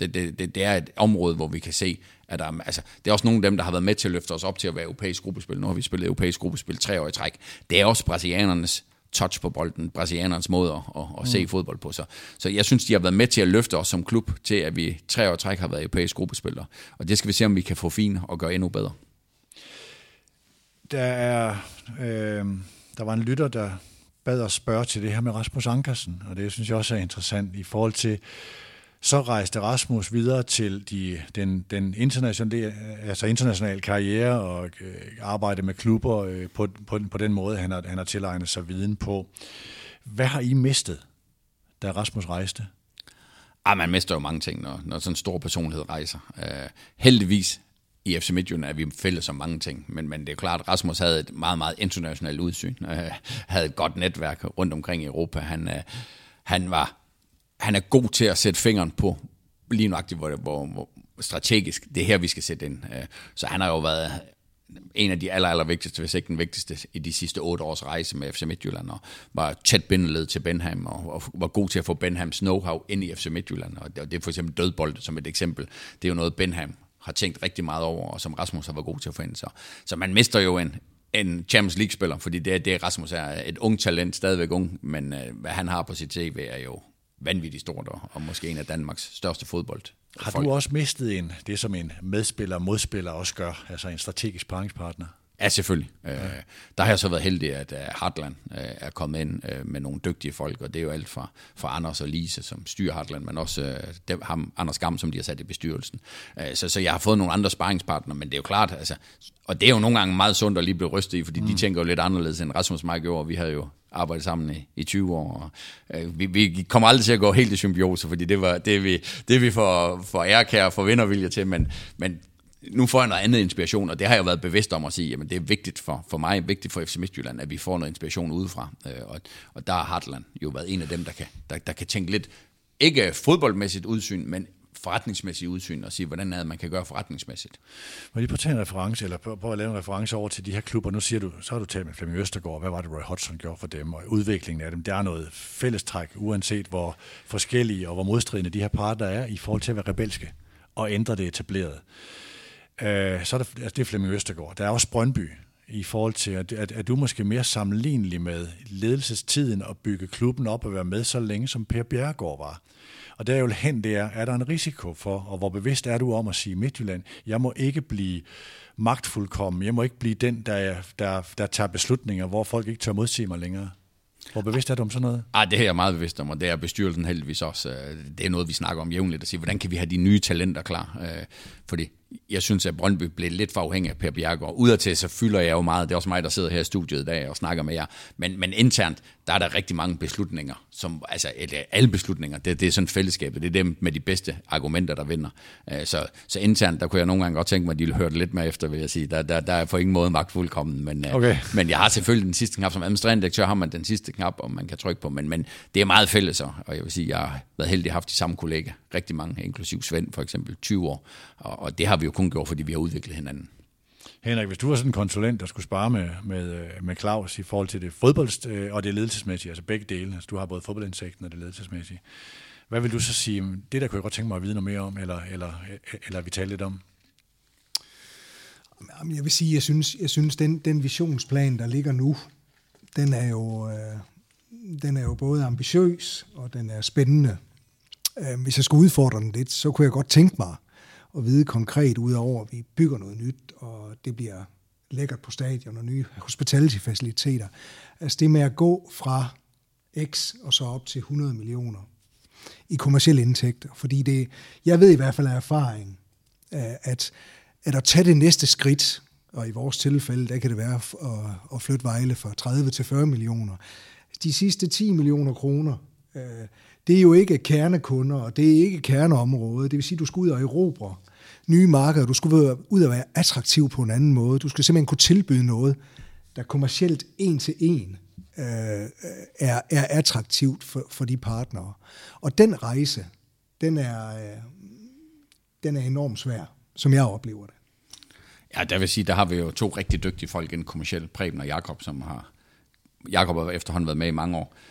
[SPEAKER 3] Det, det, det, det er et område, hvor vi kan se, at der, altså, det er også nogle af dem, der har været med til at løfte os op til at være europæisk gruppespil. Nu har vi spillet europæisk gruppespil tre år i træk. Det er også brasilianernes touch på bolden, brasilianernes måde at, at, at se mm. fodbold på sig. Så jeg synes, de har været med til at løfte os som klub til, at vi tre år i træk har været europæisk gruppespillere. Og det skal vi se, om vi kan få fint og gøre endnu bedre.
[SPEAKER 2] Der er, øh, der var en lytter, der bad os spørge til det her med Rasmus Ankersen, og det synes jeg også er interessant i forhold til, så rejste Rasmus videre til de, den, den internationale, altså internationale karriere og øh, arbejde med klubber øh, på, på, på den måde, han har, han har tilegnet sig viden på. Hvad har I mistet, da Rasmus rejste?
[SPEAKER 3] Ah, man mister jo mange ting, når, når sådan en stor personlighed rejser. Uh, heldigvis i F C Midtjylland er vi fælles om mange ting, men, men det er klart, at Rasmus havde et meget, meget internationalt udsyn, uh, havde et godt netværk rundt omkring i Europa. Han, uh, han, var, han er god til at sætte fingeren på lige nøjagtigt, hvor, hvor, hvor strategisk det er her, vi skal sætte ind. Uh, så han har jo været en af de aller, aller vigtigste, hvis ikke den vigtigste, i de sidste otte års rejse med F C Midtjylland, og var tæt bindeled til Benham, og, og var god til at få Benhams know-how ind i F C Midtjylland, og det, og det er for eksempel dødbold som et eksempel. Det er jo noget, Benham har tænkt rigtig meget over, og som Rasmus har været god til at få ind. Så, så man mister jo en, en Champions League-spiller, fordi det er det, Rasmus er et ung talent, stadigvæk ung, men øh, hvad han har på sit C V er jo vanvittigt stort, og, og måske en af Danmarks største fodbold.
[SPEAKER 2] Har du også mistet en, det som en medspiller og modspiller også gør, altså en strategisk sparringspartner?
[SPEAKER 3] Ja, selvfølgelig. Ja. Øh, der har jeg så været heldig, at uh, Heartland uh, er kommet ind uh, med nogle dygtige folk, og det er jo alt fra, fra Anders og Lise, som styrer Heartland, men også uh, dem, ham, Anders Gam, som de har sat i bestyrelsen. Uh, så, så jeg har fået nogle andre sparringspartnere, men det er jo klart, altså, og det er jo nogle gange meget sundt at lige blive rystet i, fordi mm. de tænker jo lidt anderledes end Rasmus og mig gjorde, og vi havde jo arbejdet sammen i, i tyve år, og øh, vi, vi kommer aldrig til at gå helt i symbiose, fordi det, var, det er vi, det er vi for, for ærekær og for vindervilje til, men, men nu får jeg noget andet inspiration, og det har jeg været bevidst om at sige, jamen det er vigtigt for, for mig, vigtigt for F C Midtjylland, at vi får noget inspiration udefra, øh, og, og der har Heartland jo været en af dem, der kan, der, der kan tænke lidt, ikke fodboldmæssigt udsyn, men forretningsmæssigt udsyn, og sige, hvordan er det, man kan gøre forretningsmæssigt.
[SPEAKER 2] Må jeg lige på at tage en reference, eller på, på at lave en reference over til de her klubber. Nu siger du, så har du talt med Flemming Østergaard, hvad var det, Roy Hodgson gjorde for dem, og udviklingen af dem. Der er noget fællestræk, uanset hvor forskellige og hvor modstridende de her parter er, i forhold til at være rebelske og ændre det etableret. Øh, så er der, altså det er Flemming Østergaard. Der er også Brøndby, i forhold til, at, at, at du måske mere sammenlignelig med ledelsestiden og bygge klubben op og være med så længe, som Per Bjerregaard var. Og der er jo hen, det er, er der en risiko for, og hvor bevidst er du om at sige, Midtjylland, jeg må ikke blive magtfuldkommen, jeg må ikke blive den, der, der, der tager beslutninger, hvor folk ikke tør modsige mig længere. Hvor bevidst er du om sådan noget?
[SPEAKER 3] Ah, det er jeg meget bevidst om, og det er bestyrelsen heldigvis også. Det er noget, vi snakker om jævnligt, at sige, hvordan kan vi have de nye talenter klar? Fordi jeg synes, at Brøndby blev lidt for afhængig af Per Bjerregaard. Udadtil så fylder jeg jo meget. Det er også mig, der sidder her i studiet i dag og snakker med jer. Men, men internt, der er der rigtig mange beslutninger. Som, altså alle beslutninger, det, det er sådan fællesskabet. Det er dem med de bedste argumenter, der vinder. Så, så internt, der kunne jeg nogle gange godt tænke mig, at de ville høre det lidt mere efter, vil jeg sige. Der, der, der er på ingen måde magtfuldkommen. Men, okay. men jeg har selvfølgelig den sidste knap. Som administrerende direktør har man den sidste knap, om man kan trykke på. Men, men det er meget fælles, og jeg vil sige, jeg har været heldig at have haft de samme kollegaer. Rigtig mange, inklusiv Svend for eksempel, tyve år. Og, og det har vi jo kun gjort, fordi vi har udviklet hinanden.
[SPEAKER 2] Henrik, hvis du var sådan en konsulent, der skulle spare med, med, med Claus i forhold til det fodbold og det ledelsesmæssige, altså begge dele, altså du har både fodboldindsigten og det ledelsesmæssige, hvad vil du så sige, det der kunne jeg godt tænke mig at vide noget mere om, eller, eller, eller vi taler lidt om?
[SPEAKER 4] Jeg vil sige, jeg synes, jeg synes den, den visionsplan, der ligger nu, den er jo, øh, den er jo både ambitiøs, og den er spændende. Øh, hvis jeg skulle udfordre den lidt, så kunne jeg godt tænke mig at vide konkret, udover at vi bygger noget nyt, og det bliver lækkert på stadion og nye hospitality-faciliteter. Altså det med at gå fra X og så op til hundrede millioner i kommercielle indtægter. Fordi det, jeg ved i hvert fald af erfaring, at, at at tage det næste skridt, og i vores tilfælde, der kan det være at, at flytte Vejle fra tredive til fyrre millioner. De sidste ti millioner kroner, det er jo ikke kernekunder, og det er ikke kerneområde. Det vil sige, at du skal ud og erobre nye markeder. Du skal ud og være attraktiv på en anden måde. Du skal simpelthen kunne tilbyde noget, der kommercielt en til en øh, er, er attraktivt for, for de partnere. Og den rejse, den er, øh, den er enormt svær, som jeg oplever det.
[SPEAKER 3] Ja, der vil sige, der har vi jo to rigtig dygtige folk inden kommercielt, Preben og Jakob, som har Jakob har efterhånden været med i mange år.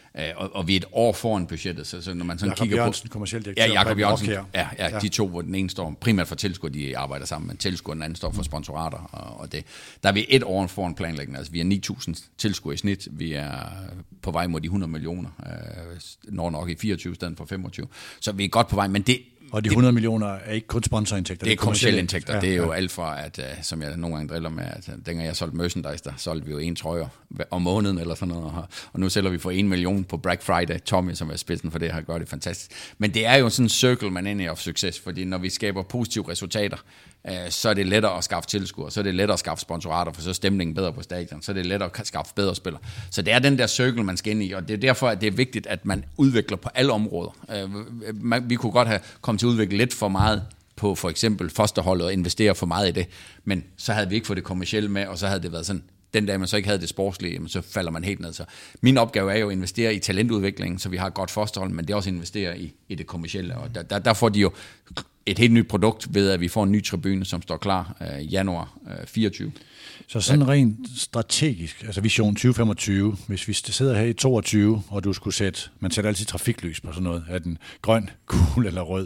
[SPEAKER 3] og, og vi er et år foran budgettet, så, så når man sådan
[SPEAKER 2] Jacob
[SPEAKER 3] kigger
[SPEAKER 2] Jørgensen,
[SPEAKER 3] på...
[SPEAKER 2] kommerciel direktør.
[SPEAKER 3] Ja, Jacob Jørgensen,
[SPEAKER 2] her.
[SPEAKER 3] ja, ja, de to, hvor den ene står primært for tilskud, de arbejder sammen, men tilskud, den anden står for sponsorater, og, og det. Der er vi et år foran planlæggende, altså vi er ni tusind tilskud i snit, vi er på vej mod de hundrede millioner, øh, når nok i fireogtyve stedet for femogtyve, så vi er godt på vej, men det...
[SPEAKER 2] Og de hundrede millioner er ikke kun sponsorindtægter.
[SPEAKER 3] Det er kommercielle indtægter.
[SPEAKER 2] Ja,
[SPEAKER 3] det er jo
[SPEAKER 2] ja.
[SPEAKER 3] alt fra, at, uh, som jeg nogle gange driller med, at uh, dengang jeg solgte merchandise, der solgte vi jo en trøjer om måneden eller sådan noget. Og nu sælger vi for en million på Black Friday. Tommy, som er spidsen for det, har gjort det fantastisk. Men det er jo sådan en circle, man ender i of succes, fordi når vi skaber positive resultater, uh, så er det lettere at skaffe tilskuere, så er det lettere at skaffe sponsorater, for så er stemningen bedre på stadion, så er det lettere at skaffe bedre spillere. Så det er den der circle, man skal ind i, og det er derfor, at det er vigtigt, at man udvikler på alle områder. Uh, man, vi kunne godt have kommet til at udvikle lidt for meget meget på for eksempel fosterholdet og investere for meget i det, men så havde vi ikke fået det kommercielle med, og så havde det været sådan, den dag man så ikke havde det sportslige, så falder man helt ned. Så min opgave er jo at investere i talentudviklingen, så vi har et godt fosterhold, men det er også at investere i, i det kommercielle, og der, der, der får de jo et helt nyt produkt ved, at vi får en ny tribune, som står klar i øh, januar øh, fireogtyve.
[SPEAKER 2] Så sådan rent strategisk, altså Vision tyve femogtyve, hvis vi sidder her i toogtyve, og du skulle sætte, man sætter altid trafiklys på sådan noget, er den grøn, gul eller rød.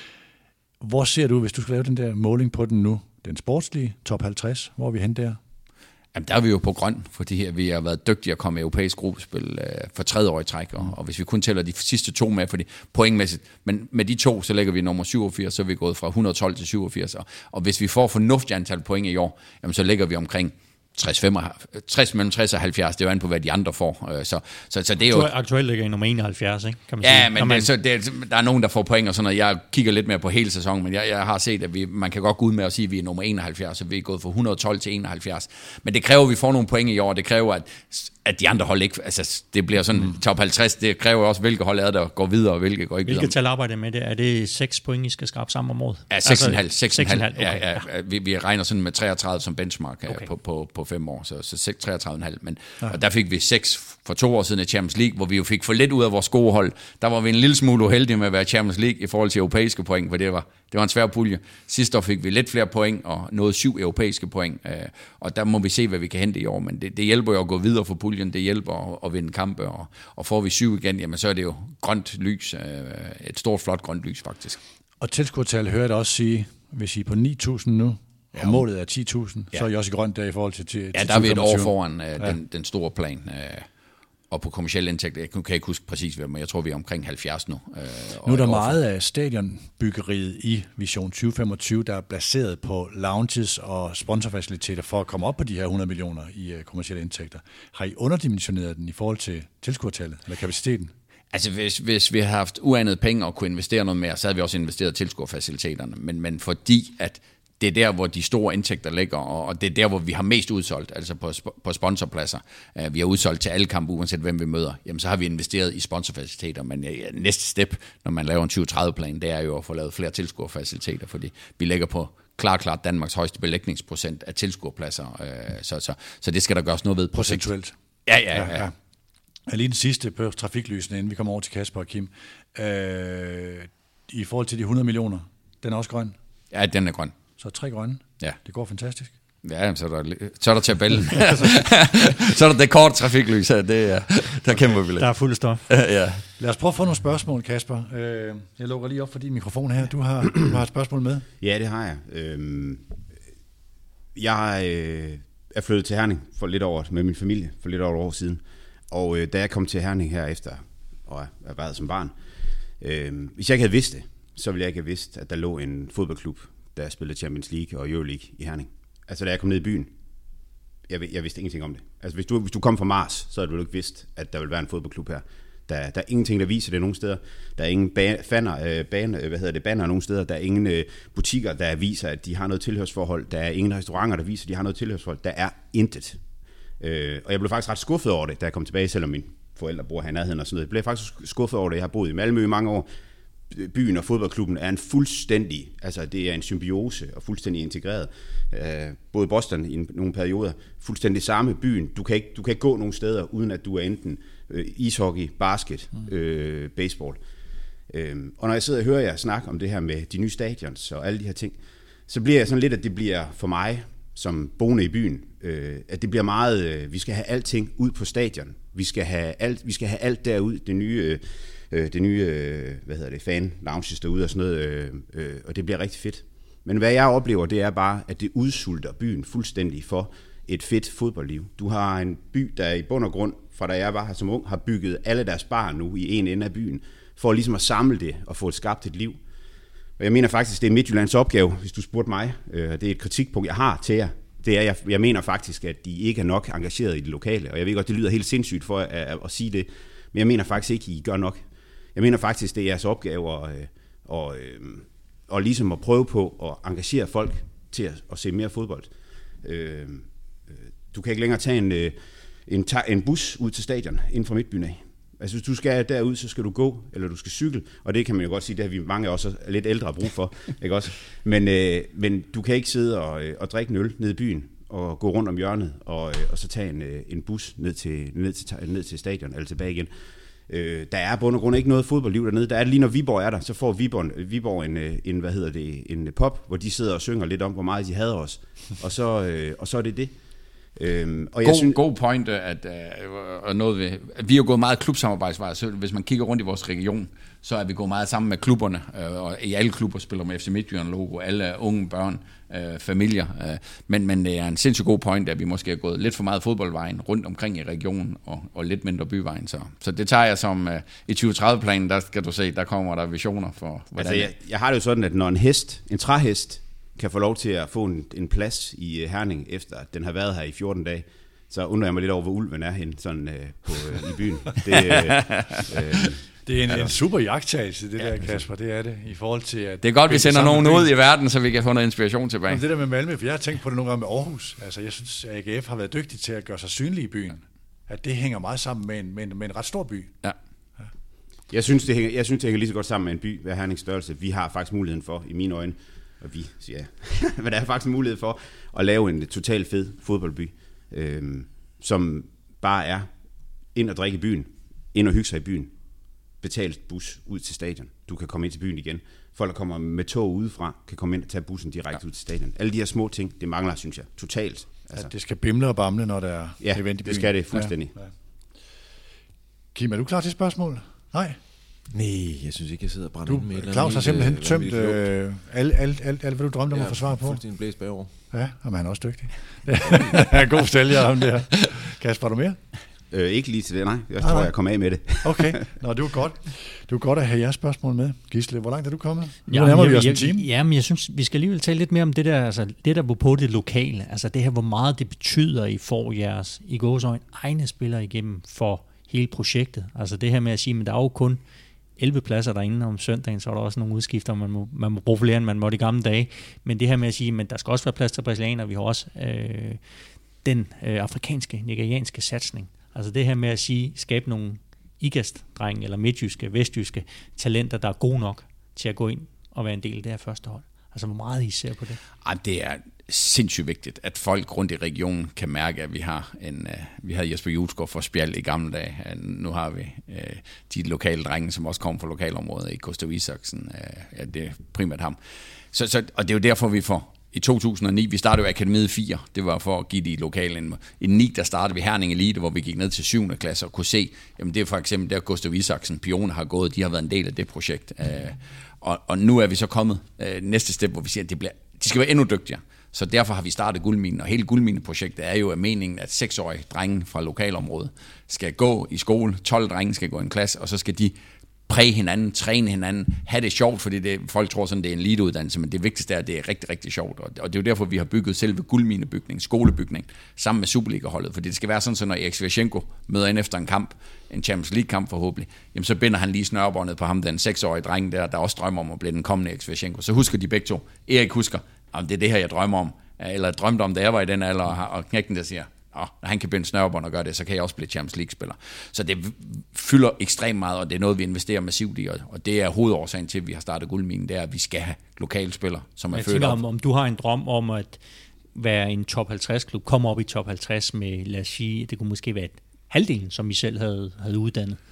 [SPEAKER 2] Hvor ser du, hvis du skal lave den der måling på den nu, den sportslige top halvtreds, hvor er vi hen der?
[SPEAKER 3] Jamen, der er vi jo på grøn, fordi her, vi har været dygtige at komme i europæisk gruppespil øh, for tredje år i træk, og, og hvis vi kun tæller de sidste to med, fordi pointmæssigt, men med de to, så lægger vi nummer syvogfirs, så er vi gået fra et hundrede og tolv til syvogfirs, og, og hvis vi får fornuftigt antal point i år, jamen, så lægger vi omkring tres mellem tres og halvfjerds, det er jo an på, hvad de andre får. Så, så, så det er jo...
[SPEAKER 5] Aktuelt ligger i nummer enoghalvfjerds, ikke? Kan man
[SPEAKER 3] ja,
[SPEAKER 5] sige.
[SPEAKER 3] men
[SPEAKER 5] man...
[SPEAKER 3] det, så det, der er nogen, der får point og sådan noget. Jeg kigger lidt mere på hele sæsonen, men jeg, jeg har set, at vi, man kan godt gå ud med at sige, at vi er nummer enoghalvfjerds, så vi er gået fra et hundrede og tolv til enoghalvfjerds. Men det kræver, at vi får nogle point i år, det kræver, at, at de andre hold ikke... Altså, det bliver sådan mm. top halvtreds, det kræver også, hvilke hold er der går videre, og hvilke går ikke videre.
[SPEAKER 5] Hvilket tal arbejder med det? Er det seks point, I skal skrabe sammen om året?
[SPEAKER 3] Ja, seks komma fem. seks komma fem.
[SPEAKER 5] Okay,
[SPEAKER 3] ja, ja, ja. Vi, vi regner sådan med treogtredive som benchmark
[SPEAKER 5] okay.
[SPEAKER 3] på, på, på fem år, så, så treogtredive komma fem. Men, ja. Og der fik vi seks for to år siden i Champions League, hvor vi jo fik for lidt ud af vores gode hold. Der var vi en lille smule uheldige med at være Champions League i forhold til europæiske point, for det var, det var en svær pulje. Sidste år fik vi lidt flere point og nåede syv europæiske point, og der må vi se, hvad vi kan hente i år. Men det, det hjælper jo at gå videre for puljen, det hjælper at, at vinde kampe, og, og får vi syv igen, jamen så er det jo grønt lys, et stort, flot grønt lys faktisk.
[SPEAKER 2] Og tilskuertal hører jeg da også sige, hvis I er på ni tusind nu, og målet er ti tusind, ja. Så er I også i grønt der i forhold til, til
[SPEAKER 3] ja, der er vi et år foran uh, ja. den, den store plan. Uh, og på kommercielle indtægter, jeg kan ikke huske præcis, men jeg tror, vi er omkring halvfjerds nu. Uh,
[SPEAKER 2] nu er der meget af stadionbyggeriet i Vision tyve femogtyve, der er baseret på lounges og sponsorfaciliteter for at komme op på de her hundrede millioner i uh, kommercielle indtægter. Har I underdimensioneret den i forhold til tilskuertallet eller kapaciteten?
[SPEAKER 3] Altså, hvis, hvis vi har haft uanede penge og kunne investere noget mere, så havde vi også investeret i tilskuerfaciliteterne. Men, men fordi at det er der, hvor de store indtægter ligger, og det er der, hvor vi har mest udsolgt, altså på, på sponsorpladser. Vi har udsolgt til alle kampe, uanset hvem vi møder. Jamen, så har vi investeret i sponsorfaciliteter, men næste step, når man laver en tyve tredive plan, det er jo at få lavet flere tilskuerfaciliteter, fordi vi ligger på klart, klart Danmarks højeste belægningsprocent af tilskuerpladser. Så, så, så det skal der gøres noget ved.
[SPEAKER 2] Procentuelt.
[SPEAKER 3] Ja, ja, ja. ja.
[SPEAKER 2] ja. Lige den sidste på trafiklysene, inden vi kommer over til Kasper og Kim. Øh, I forhold til de hundrede millioner, den er også grøn?
[SPEAKER 3] Ja, den er grøn.
[SPEAKER 2] Så tre grønne.
[SPEAKER 3] Ja.
[SPEAKER 2] Det går fantastisk.
[SPEAKER 3] Ja, så er der, så er der tabellen. Så er der det kort trafiklys her. Det er, der okay. Kæmper vi lidt.
[SPEAKER 5] Der er fuld stof.
[SPEAKER 3] Ja.
[SPEAKER 2] Lad os prøve at få nogle spørgsmål, Kasper. Jeg lukker lige op for din mikrofon her. Du har, du har et spørgsmål med.
[SPEAKER 7] Ja, det har jeg. Øhm, jeg øh, er flyttet til Herning for lidt over med min familie for lidt over et år siden. Og øh, da jeg kom til Herning her efter at have været som barn, øh, hvis jeg ikke havde vidst det, så ville jeg ikke have vidst, at der lå en fodboldklub, der spillede Champions League og Euroleague i Herning. Altså, da jeg kom ned i byen, jeg, jeg vidste ingenting om det. Altså, hvis du, hvis du kom fra Mars, så havde du ikke vidst, at der ville være en fodboldklub her. Der, der er ingenting, der viser det nogen steder. Der er ingen ba- faner, øh, bane, hvad hedder det, banner nogen steder. Der er ingen øh, butikker, der viser, at de har noget tilhørsforhold. Der er ingen restauranter, der viser, at de har noget tilhørsforhold. Der er intet. Øh, og jeg blev faktisk ret skuffet over det, da jeg kom tilbage, selvom mine forældre bor her i nærheden og sådan noget. Jeg blev faktisk skuffet over det. Jeg har boet i Malmø i mange år. Byen og fodboldklubben er en fuldstændig, altså det er en symbiose og fuldstændig integreret. Øh, både Boston i nogle perioder, fuldstændig samme byen. Du kan ikke, du kan ikke gå nogen steder, uden at du er enten øh, ishockey, basket, øh, baseball. Øh, og når jeg sidder og hører jer snakke om det her med de nye stadions og alle de her ting, så bliver jeg sådan lidt, at det bliver for mig som boende i byen, øh, at det bliver meget, øh, vi skal have alting ud på stadion. Vi skal have alt, vi skal have alt derud, det nye, øh, det nye øh, hvad hedder det, fan lounges derude og sådan noget, øh, øh, og det bliver rigtig fedt. Men hvad jeg oplever, det er bare, at det udsulter byen fuldstændig for et fedt fodboldliv. Du har en by, der i bund og grund, fra da jeg var her som ung, har bygget alle deres bar nu i en ende af byen, for ligesom at samle det og få et skabt et liv. Og jeg mener faktisk, det er Midtjyllands opgave, hvis du spurgte mig. Det er et kritikpunkt, jeg har til jer. Det er, jeg, jeg mener faktisk, at de ikke er nok engageret i det lokale. Og jeg ved godt, det lyder helt sindssygt for at, at, at sige det. Men jeg mener faktisk ikke, at I gør nok. Jeg mener faktisk, det er jeres opgave at, at, at, at ligesom at prøve på at engagere folk til at, at se mere fodbold. Du kan ikke længere tage en, en, en bus ud til stadion inden for Midtbyen af. Altså hvis du skal derud, så skal du gå, eller du skal cykle, og det kan man jo godt sige, det har vi mange af os er lidt ældre brug for, ikke også? Men, øh, men du kan ikke sidde og, og drikke en øl nede i byen, og gå rundt om hjørnet, og, og så tage en, en bus ned til, ned, til, ned til stadion, eller tilbage igen. Øh, der er på bund og grund ikke noget fodboldliv dernede. Der er det lige, når Viborg er der, så får Viborg, Viborg en, en, hvad hedder det, en pop, hvor de sidder og synger lidt om, hvor meget de hader os, og så, øh, og så er det det.
[SPEAKER 3] Øhm, og god, jeg synes, god point, at, uh, noget ved, at vi har gået meget klubsamarbejdsvej, så hvis man kigger rundt i vores region, så er vi gået meget sammen med klubberne, uh, og i alle klubber spiller med F C Midtjylland logo, alle unge børn, uh, familier, uh, men, men det er en sindssygt god point, at vi måske har gået lidt for meget fodboldvejen rundt omkring i regionen, og, og lidt mindre byvejen, så, så det tager jeg som uh, i tyve tredive-planen, der skal du se, der kommer der visioner for, hvordan
[SPEAKER 7] altså, jeg, jeg har det jo sådan, at når en hest, en træhest, kan få lov til at få en, en plads i Herning, efter at den har været her i fjorten dage, så undrer jeg mig lidt over, hvor ulven er henne sådan, øh, på, øh, i byen. Det, øh, øh,
[SPEAKER 2] det er en, er en super jagttagelse, det ja, der, Kasper, det er det, i forhold til at...
[SPEAKER 3] Det er godt, vi sender nogen ud i verden, så vi kan få noget inspiration tilbage.
[SPEAKER 2] Jamen, det der med Malmø, for jeg har tænkt på det nogle gange med Aarhus. Altså, jeg synes, at A G F har været dygtig til at gøre sig synlig i byen. At det hænger meget sammen med en, med en, med en ret stor by.
[SPEAKER 3] Ja.
[SPEAKER 7] Ja. Jeg synes, det hænger, jeg synes, det hænger lige så godt sammen med en by ved Hernings størrelse. Vi har faktisk muligheden for, i mine øjne, og vi siger ja. Men der er faktisk en mulighed for at lave en total fed fodboldby, øhm, som bare er ind og drikke i byen, ind og hygge sig i byen, betalt bus ud til stadion. Du kan komme ind til byen igen. Folk, der kommer med tog udefra, kan komme ind og tage bussen direkte ja. ud til stadion. Alle de her små ting, det mangler, synes jeg, totalt.
[SPEAKER 2] Altså. Ja, det skal bimle og bamle, når der er
[SPEAKER 7] ja,
[SPEAKER 2] event i byen.
[SPEAKER 7] det skal det fuldstændig. Ja, ja.
[SPEAKER 2] Kim, er du klar til spørgsmål? Nej?
[SPEAKER 6] Nej, jeg synes ikke, jeg sidder og brænder
[SPEAKER 2] med et eller andet. Claus har simpelthen tømt øh, alt, alt, alt, alt, hvad du drømte om ja, at få svar på.
[SPEAKER 6] Ja, fuldstændig blæst bagover.
[SPEAKER 2] Ja, og han er også dygtig. Ja, god sælger om det her. Kasper, har du mere?
[SPEAKER 7] Øh, ikke lige til det, nej. Jeg tror, jeg kommer af med det.
[SPEAKER 2] Okay, nå, det var godt. Det var godt at have jeres spørgsmål med. Gisle, hvor langt er du kommet? Nu
[SPEAKER 5] ja,
[SPEAKER 2] nærmer
[SPEAKER 5] jeg,
[SPEAKER 2] vi os
[SPEAKER 5] jeg,
[SPEAKER 2] en time.
[SPEAKER 5] Ja, men jeg synes, vi skal alligevel tale lidt mere om det der, altså det der på det lokale. Altså det her, hvor meget det betyder, I får jeres, i gåseøjne, egne spillere igennem for hele projektet. Altså det her med at sige, men der er jo kun elleve pladser derinde om søndagen, så er der også nogle udskifter, man må, man må bruge flere, end man måtte i gamle dage. Men det her med at sige, men der skal også være plads til brasilianer, vi har også øh, den øh, afrikanske, nigerianske satsning. Altså det her med at sige, skabe nogle ikast-drenge, eller midtjyske, vestjyske talenter, der er gode nok til at gå ind og være en del af det her første hold. Altså hvor meget I ser på det?
[SPEAKER 3] Ej, det er sindssygt vigtigt, at folk rundt i regionen kan mærke, at vi har en, uh, vi havde Jesper Julesgaard for Spjald i gamle dage. Uh, nu har vi uh, de lokale drenge, som også kommer fra lokalområdet, i Gustav Isaksen. Uh, ja, det er primært ham. Så, så, og det er jo derfor, vi får i to tusind og ni, vi startede jo Akademiet fire, det var for at give de lokale en, en ni, der startede vi Herning Elite, hvor vi gik ned til syvende klasse og kunne se, jamen det er for eksempel der Gustav Isaksen, Pione har gået, de har været en del af det projekt. Uh, og, og nu er vi så kommet uh, næste step, hvor vi siger, at det bliver, de skal være endnu dygtigere. Så derfor har vi startet Guldminen, og hele Guldmine-projektet er jo af meningen, at seksårige drenge fra lokalområdet skal gå i skole, tolv drenge skal gå i en klasse, og så skal de præge hinanden, træne hinanden, have det sjovt, fordi det, folk tror sådan, det er en eliteuddannelse, men det vigtigste er, at det er rigtig, rigtig sjovt. Og det er jo derfor, vi har bygget selve Guldminebygning, skolebygning, sammen med Superliga-holdet, fordi det skal være sådan, så når Erik Svirchenko møder ind efter en kamp, en Champions League-kamp forhåbentlig, jamen så binder han lige snørebåndet på ham, den seksårige dreng der, der også drømmer om at blive den kommende Erik Svirchenko. Så husker de begge to. Erik husker, at det er det her, jeg drømmer om, eller drømte om, da jeg var i den alder, og knægten der siger, oh, når han kan binde snørebånd og gøre det, så kan jeg også blive Champions League-spiller. Så det fylder ekstremt meget, og det er noget, vi investerer massivt i, og det er hovedårsagen til, at vi har startet Guldminen, det er, at vi skal have lokale spillere, som er
[SPEAKER 5] jeg
[SPEAKER 3] født
[SPEAKER 5] tænker,
[SPEAKER 3] op.
[SPEAKER 5] om, om du har en drøm om at være en top halvtreds-klub, komme op i top halvtreds med, lad os sige, det kunne måske være et halvdelen, som I selv havde, havde uddannet.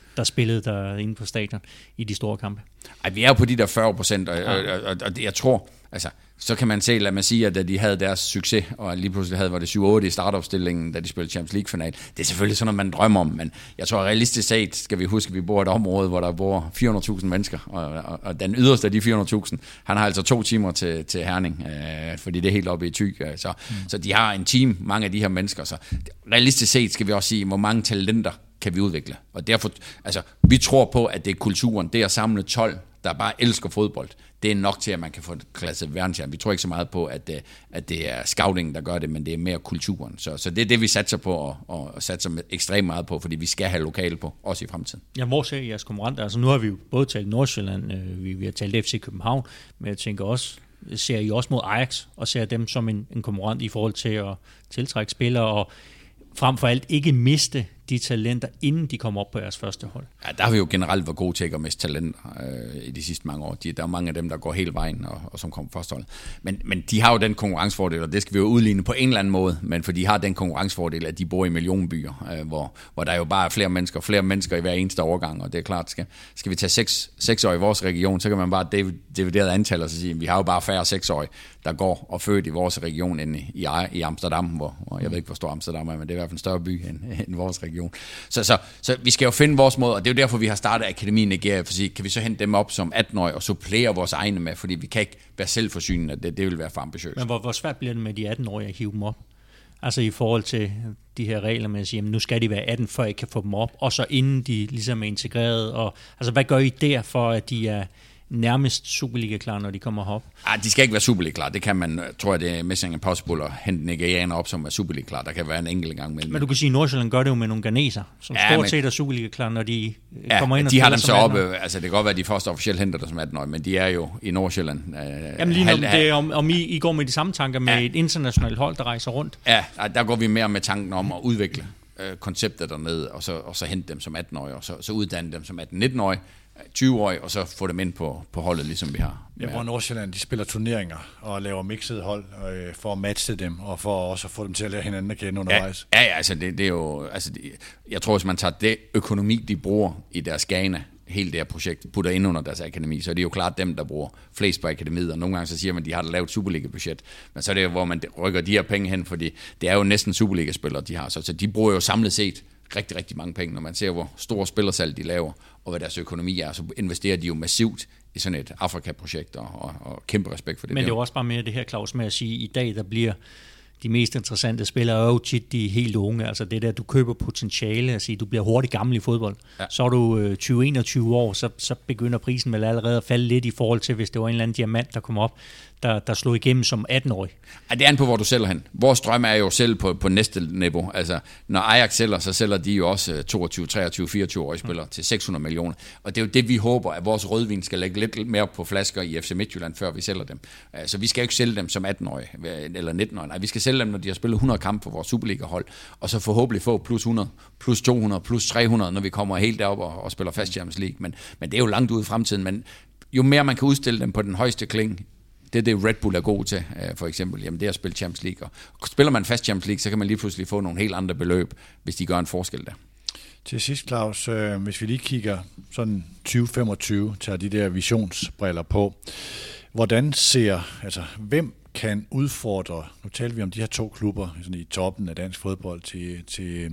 [SPEAKER 5] der spillede der inde på stadion i de store kampe.
[SPEAKER 3] Ej, vi er jo på de der fyrre procent, og, ja. og, og, og jeg tror, altså, så kan man se, lad mig sige, at da de havde deres succes, og lige pludselig havde, var det syv otte i startopstillingen, da de spillede Champions League-final. Det er selvfølgelig sådan noget, man drømmer om, men jeg tror realistisk set, skal vi huske, at vi bor i et område, hvor der bor fire hundrede tusind mennesker, og, og, og den yderste af de fire hundrede tusind, han har altså to timer til, til Herning, øh, fordi det er helt oppe i Thy, øh, så, mm. så de har en team, mange af de her mennesker, så realistisk set skal vi også sige, hvor mange talenter kan vi udvikle, og derfor, altså, vi tror på, at det er kulturen, det er at samle tolv, der bare elsker fodbold. Det er nok til, at man kan få klasse verdensstjerne. Vi tror ikke så meget på, at det, at det er scouting, der gør det, men det er mere kulturen. Så, så det er det, vi satser på, og, og satser ekstremt meget på, fordi vi skal have lokale på, også i fremtiden.
[SPEAKER 5] Ja, hvor ser I jeres konkurrenter? Altså nu har vi jo både talt Nordsjælland, øh, vi, vi har talt F C København, men jeg tænker også, ser I også mod Ajax, og ser dem som en, en konkurrent i forhold til at tiltrække spillere, og frem for alt ikke miste de talenter, inden de kommer op på jeres første hold?
[SPEAKER 3] Ja, der har vi jo generelt været gode til at miste talenter øh, i de sidste mange år. De, der er mange af dem, der går hele vejen, og, og som kommer på første hold. Men, men de har jo den konkurrencefordel, og det skal vi jo udligne på en eller anden måde, men for de har den konkurrencefordel, at de bor i millionbyer, øh, hvor, hvor der jo bare er flere mennesker, flere mennesker i hver eneste overgang, og det er klart, skal, skal vi tage seks, seks år i vores region, så kan man bare dividere antal og så sige, at vi har jo bare færre seksårige, der går og født i vores region end i, i Amsterdam, hvor, hvor jeg ved ikke, hvor stor Amsterdam er, men det er i hvert fald en større by end, end vores region. Så, så, så vi skal jo finde vores måde, og det er jo derfor, vi har startet Akademi i Nigeria, for at sige, kan vi så hente dem op som atten-årige og supplere vores egne med, fordi vi kan ikke være selvforsynende, det, det vil være for ambitiøst.
[SPEAKER 5] Men hvor, hvor svært bliver det med de atten-årige at hive dem op? Altså i forhold til de her regler med at sige, jamen nu skal de være atten, før I kan få dem op, og så inden de ligesom er integreret, og altså hvad gør I der for, at de er nærmest Superliga-klar, når de kommer herop?
[SPEAKER 3] Ah, de skal ikke være Superliga-klar. Det kan man, tror jeg, det er mission impossible at hente nigerianer op, som er Superliga-klar. Der kan være en enkelt gang mellem.
[SPEAKER 5] Men du kan sige, at Nordsjælland gør det jo med nogle ghaneser, som ja, stort men, set er Superliga-klar, når de ja, kommer ind og
[SPEAKER 3] de har dem så oppe. Altså, det kan godt være, at de først officielt henter det som atten-årige, men de er jo i Nordsjælland. Øh,
[SPEAKER 5] Jamen lige halv, det er, om, om I, I går med de samme tanker med ja. et internationalt hold, der rejser rundt.
[SPEAKER 3] Ja, der går vi mere med tanken om at udvikle øh, koncepter dernede, og så, og så hente dem som atten-årige, og så, så uddanne dem som atten-nitten-årige, tyve-årige, og så få dem ind på, på holdet, ligesom vi har.
[SPEAKER 2] Ja, hvor Nordsjælland, de spiller turneringer og laver mixede hold øh, for at matche dem, og for også at få dem til at lære hinanden at kende undervejs.
[SPEAKER 3] Ja, ja, altså det, det er jo, altså det, jeg tror, hvis man tager det økonomi, de bruger i deres Ghana, hele det her projekt, putter ind under deres akademi, så er det jo klart dem, der bruger flest på akademiet, og nogle gange så siger man, at de har lavet Superliga-budget, men så er det jo, hvor man rykker de her penge hen, fordi det er jo næsten Superliga-spillere, de har, så, så de bruger jo samlet set rigtig, rigtig mange penge, når man ser, hvor store spillersalg de laver, og hvad deres økonomi er, så investerer de jo massivt i sådan et Afrika-projekt, og, og, og kæmpe respekt for det.
[SPEAKER 5] Men det er jo også bare mere det her, Claus, med at sige, at i dag, der bliver de mest interessante spillere er jo tit de helt unge, altså det der, du køber potentiale, at sige, du bliver hurtigt gammel i fodbold. Ja. Så er du øh, tyve til enogtyve år, så, så begynder prisen vel allerede at falde lidt i forhold til, hvis det var en eller anden diamant, der kom op, der, der slog igennem som atten-årig.
[SPEAKER 3] Ja, det er an på, hvor du sælger hen. Vores drøm er jo selv på, på næste niveau. Altså, når Ajax sælger, så sælger de jo også toogtyve, treogtyve, fireogtyve-årige spillere mm. til seks hundrede millioner. Og det er jo det, vi håber, at vores rødvin skal lægge lidt mere på flasker i F C Midtjylland, før vi sælger dem. Så vi skal jo ikke sælge dem som atten-årige eller nitten-årige. Nej, vi skal sælge dem, når de har spillet hundrede kampe på vores Superliga-hold, og så forhåbentlig få plus hundrede, plus to hundrede, plus tre hundrede, når vi kommer helt derop og, og spiller fast Champions League. Men, men det er jo langt ude i fremtiden. Men jo mere man kan udstille dem på den højeste kling, det er det, Red Bull er god til, for eksempel. Jamen, det er at spille Champions League. Og spiller man fast Champions League, så kan man lige pludselig få nogle helt andre beløb, hvis de gør en forskel der.
[SPEAKER 2] Til sidst, Claus, øh, hvis vi lige kigger sådan tyve femogtyve, tager de der visionsbriller på. Hvordan ser, altså, hvem kan udfordre, nu taler vi om de her to klubber sådan i toppen af dansk fodbold, til, til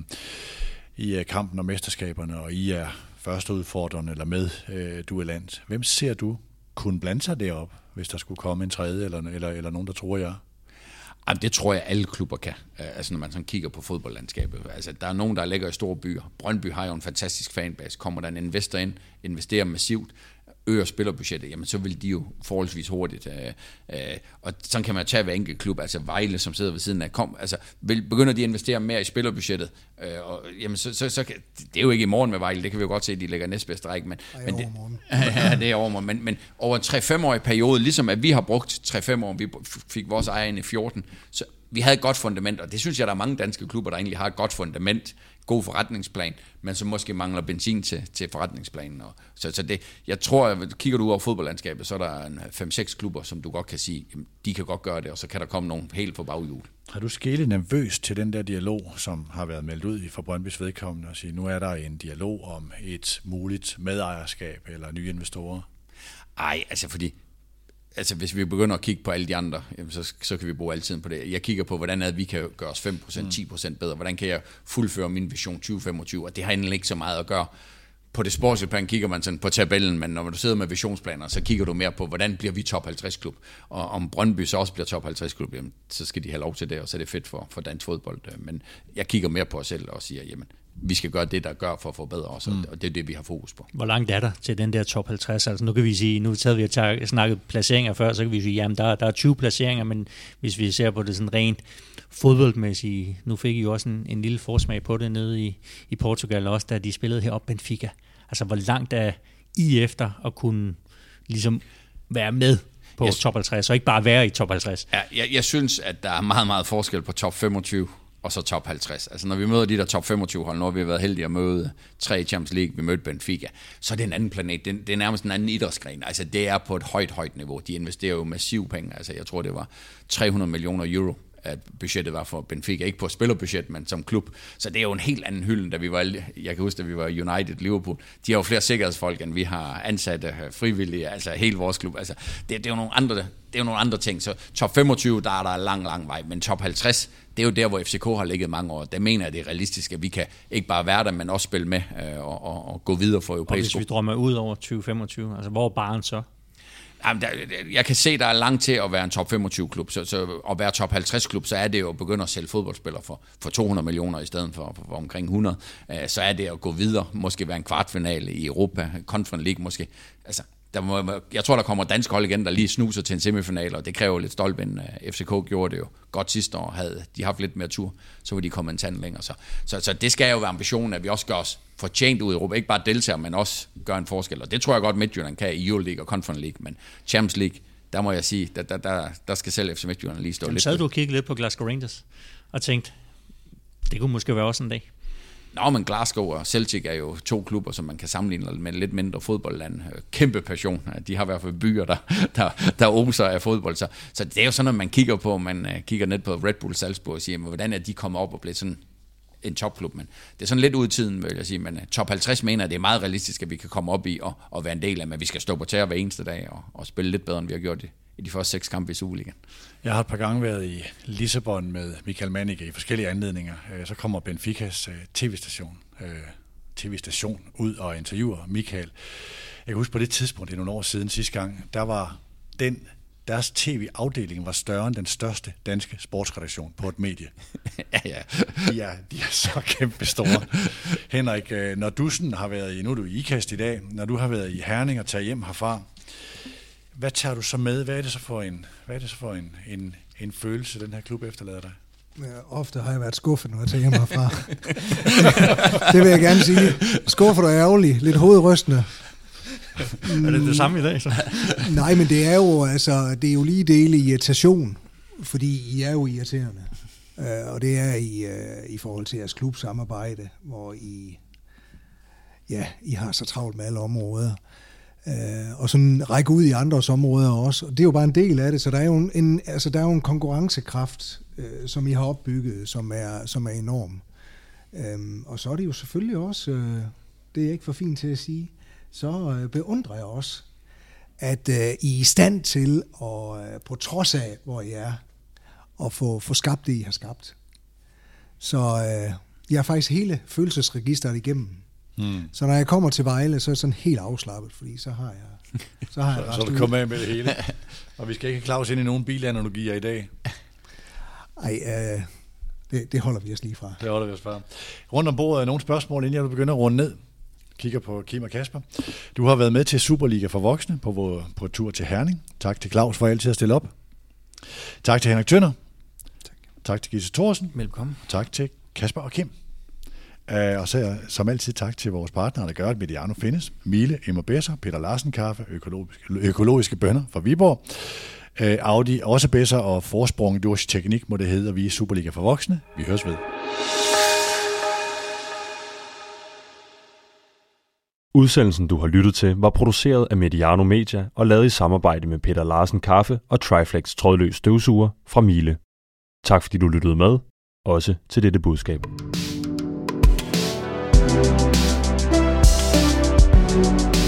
[SPEAKER 2] I er kampen om mesterskaberne, og I er første udfordrende eller med øh, duellant. Hvem ser du kunne blande sig derop, hvis der skulle komme en tredje, eller, eller, eller nogen, der tror jeg?
[SPEAKER 3] Jamen, det tror jeg, alle klubber kan, altså når man sådan kigger på fodboldlandskabet. Altså, der er nogen, der ligger i store byer. Brøndby har jo en fantastisk fanbase. Kommer der en investor ind, investerer massivt, øger spillerbudgettet, jamen så vil de jo forholdsvis hurtigt. Øh, øh, og sådan kan man tage hver enkelt klub, altså Vejle, som sidder ved siden af, kom, altså vil, begynder de at investere mere i spillerbudgettet, øh, og jamen så, så, så kan, det er jo ikke i morgen med Vejle, det kan vi jo godt se, at de ligger næstbedste række, men,
[SPEAKER 4] Ej,
[SPEAKER 3] men det, ja, det er overmorgen, men, men over en tre-fem-årig periode, ligesom at vi har brugt tre-fem år, vi fik vores ejer ind i fjorten, så vi havde et godt fundament, og det synes jeg, der er mange danske klubber, der egentlig har et godt fundament, god forretningsplan, men som måske mangler benzin til, til forretningsplanen. Og så, så det, jeg tror, at kigger du ud over fodboldlandskabet, så er der en fem seks klubber, som du godt kan sige, jamen, de kan godt gøre det, og så kan der komme nogen helt på baghjul.
[SPEAKER 2] Har du skælet nervøst til den der dialog, som har været meldt ud i for Brøndbys vedkommende, og sige, nu er der en dialog om et muligt medejerskab eller nye investorer?
[SPEAKER 3] Ej, altså fordi, altså hvis vi begynder at kigge på alle de andre, jamen så, så kan vi bruge al tiden på det. Jeg kigger på, hvordan er, vi kan gøre os fem procent, ti procent bedre. Hvordan kan jeg fuldføre min vision tyve femogtyve? Og det har egentlig ikke så meget at gøre. På det sportslige plan kigger man sådan på tabellen, men når du sidder med visionsplaner, så kigger du mere på, hvordan bliver vi top halvtreds klub. Og om Brøndby så også bliver top halvtreds klub, jamen, så skal de have lov til det, og så er det fedt for, for dansk fodbold. Men jeg kigger mere på os selv og siger, jamen, vi skal gøre det, der gør for at forbedre os, mm. og det er det, vi har fokus på.
[SPEAKER 5] Hvor langt er der til den der top halvtreds? Altså nu kan vi sige, nu havde vi taget, snakket placeringer før, så kan vi sige, jamen der, der er tyve placeringer, men hvis vi ser på det sådan rent fodboldmæssigt, nu fik I jo også en, en lille forsmag på det nede i, i Portugal også, da de spillede heroppe Benfica. Altså hvor langt er I efter at kunne ligesom være med på jeg, top halvtreds, og ikke bare være i top halvtreds?
[SPEAKER 3] Ja, jeg, jeg synes, at der er meget, meget forskel på top femogtyve og så top halvtreds. Altså når vi møder de der top femogtyve hold, når vi har været heldige at møde tre i Champions League, vi mødte Benfica, så er det en anden planet. Det, det er nærmest en anden idrætsgren. Altså det er på et højt, højt niveau. De investerer jo massiv penge. Altså jeg tror, det var tre hundrede millioner euro, at budgettet var for Benfica. Ikke på spillerbudget, men som klub. Så det er jo en helt anden hylde, da vi var, jeg kan huske, da vi var United, Liverpool. De har jo flere sikkerhedsfolk, end vi har ansatte frivillige, altså hele vores klub. Altså det, det er jo nogle andre, det er jo nogle andre ting. Så top femogtyve, der er der lang, lang vej, men top halvtreds, det er jo der, hvor F C K har ligget mange år. Der mener jeg, det er realistisk, at vi kan ikke bare være der, men også spille med øh, og, og, og gå videre for europæisk.
[SPEAKER 5] Og hvis vi drømmer ud over tyve femogtyve, altså hvor er barren så?
[SPEAKER 3] Jamen, der, jeg kan se, der er langt til at være en top femogtyve klub, så, så at være top halvtreds klub, så er det jo at begynde at sælge fodboldspillere for, for to hundrede millioner i stedet for, for, for omkring hundrede. Så er det at gå videre, måske være en kvartfinale i Europa, Conference League måske. Altså, der må, jeg tror, der kommer dansk hold igen, der lige snuser til en semifinal, og det kræver lidt stoltvind. F C K gjorde det jo godt sidste år, havde de haft lidt mere tur, så var de kommet en tand længere. Så, så, så det skal jo være ambitionen, at vi også gør os fortjent ud i Europa. Ikke bare deltager, men også gør en forskel. Og det tror jeg godt, Midtjylland kan i Euroleague og Conference League, men Champions League, der må jeg sige, der, der, der, der skal selv F C Midtjylland lige stå. Jamen, lidt.
[SPEAKER 5] Så havde du kigget lidt på Glasgow Rangers og tænkt, det kunne måske være også en dag.
[SPEAKER 3] Nå, men Glasgow og Celtic er jo to klubber, som man kan sammenligne med lidt mindre fodboldland. Kæmpe passion. De har i hvert fald byer, der, der, der oser af fodbold. Så, så det er jo sådan, når man kigger på, man kigger net på Red Bull Salzburg og siger, hvordan er de kommet op og blevet sådan en topklub. Men det er sådan lidt ud i tiden, vil jeg sige. Men top halvtreds mener, at det er meget realistisk, at vi kan komme op i og, og være en del af, men vi skal stå på tæer hver eneste dag og, og spille lidt bedre, end vi har gjort det i de første seks kampe i Superligaen.
[SPEAKER 2] Jeg har et par gange været i Lissabon med Michael Mannicke i forskellige anledninger. Så kommer Benficas tv-station, tv-station ud og interviewer Michael. Jeg kan huske på det tidspunkt, det er nogle år siden sidste gang, der var den, deres tv-afdeling var større end den største danske sportsredaktion på et medie.
[SPEAKER 3] ja, ja.
[SPEAKER 2] De er, de er så kæmpe store. Henrik, når du sådan har været i, nu er du i IKAST i dag, når du har været i Herning og tager hjem herfra, hvad tager du så med? Hvad er det så for en, hvad er det så for en, en, en følelse, den her klub efterlader dig?
[SPEAKER 4] Ja, ofte har jeg været skuffet, når jeg tager hjem herfra. Det vil jeg gerne sige. Skuffet og ærgerlig, lidt hovedrystende.
[SPEAKER 5] Er det det samme i dag så?
[SPEAKER 4] Nej, men det er jo, altså, det er jo lige dele irritation, fordi I er jo irriterende. Uh, og det er i, uh, i forhold til jeres klubsamarbejde, hvor I, ja, I har så travlt med alle områder. Uh, og sådan række ud i andres områder også. Og det er jo bare en del af det, så der er jo en, en, altså, der er jo en konkurrencekraft, uh, som I har opbygget, som er, som er enorm. Um, og så er det jo selvfølgelig også, uh, det er jeg ikke for fint til at sige, så uh, beundrer jeg også, at uh, I er i stand til, at, uh, på trods af, hvor I er, at få, få skabt det, I har skabt. Så uh, jeg er faktisk hele følelsesregisteret igennem. Hmm. Så når jeg kommer til Vejle, så er det sådan helt afslappet, fordi så har jeg så har jeg
[SPEAKER 2] så, så er du kommet af med det hele. Og vi skal ikke have Claus ind i nogen bilanalogier i dag.
[SPEAKER 4] Ej, øh, det, det holder vi os lige fra.
[SPEAKER 2] Det holder vi os fra. Rundt om bordet er nogle spørgsmål, inden jeg begynder at runde ned. Kigger på Kim og Kasper. Du har været med til Superliga for voksne på, på tur til Herning. Tak til Claus for altid at stille op. Tak til Henrik Tønder. Tak, tak til Gisse Thorsen.
[SPEAKER 5] Velkommen.
[SPEAKER 2] Tak til Kasper og Kim. Uh, og så som altid tak til vores partnere, der gør, at Mediano findes. Miele, Emma Besser, Peter Larsen Kaffe, økologiske, økologiske bønner fra Viborg. Uh, Audi, også Besser og Forsprung, Durch Teknik må det hedde, og vi er Superliga for voksne. Vi høres ved.
[SPEAKER 1] Udsendelsen, du har lyttet til, var produceret af Mediano Media og lavet i samarbejde med Peter Larsen Kaffe og Triflex trådløs støvsuger fra Miele. Tak fordi du lyttede med, også til dette budskab.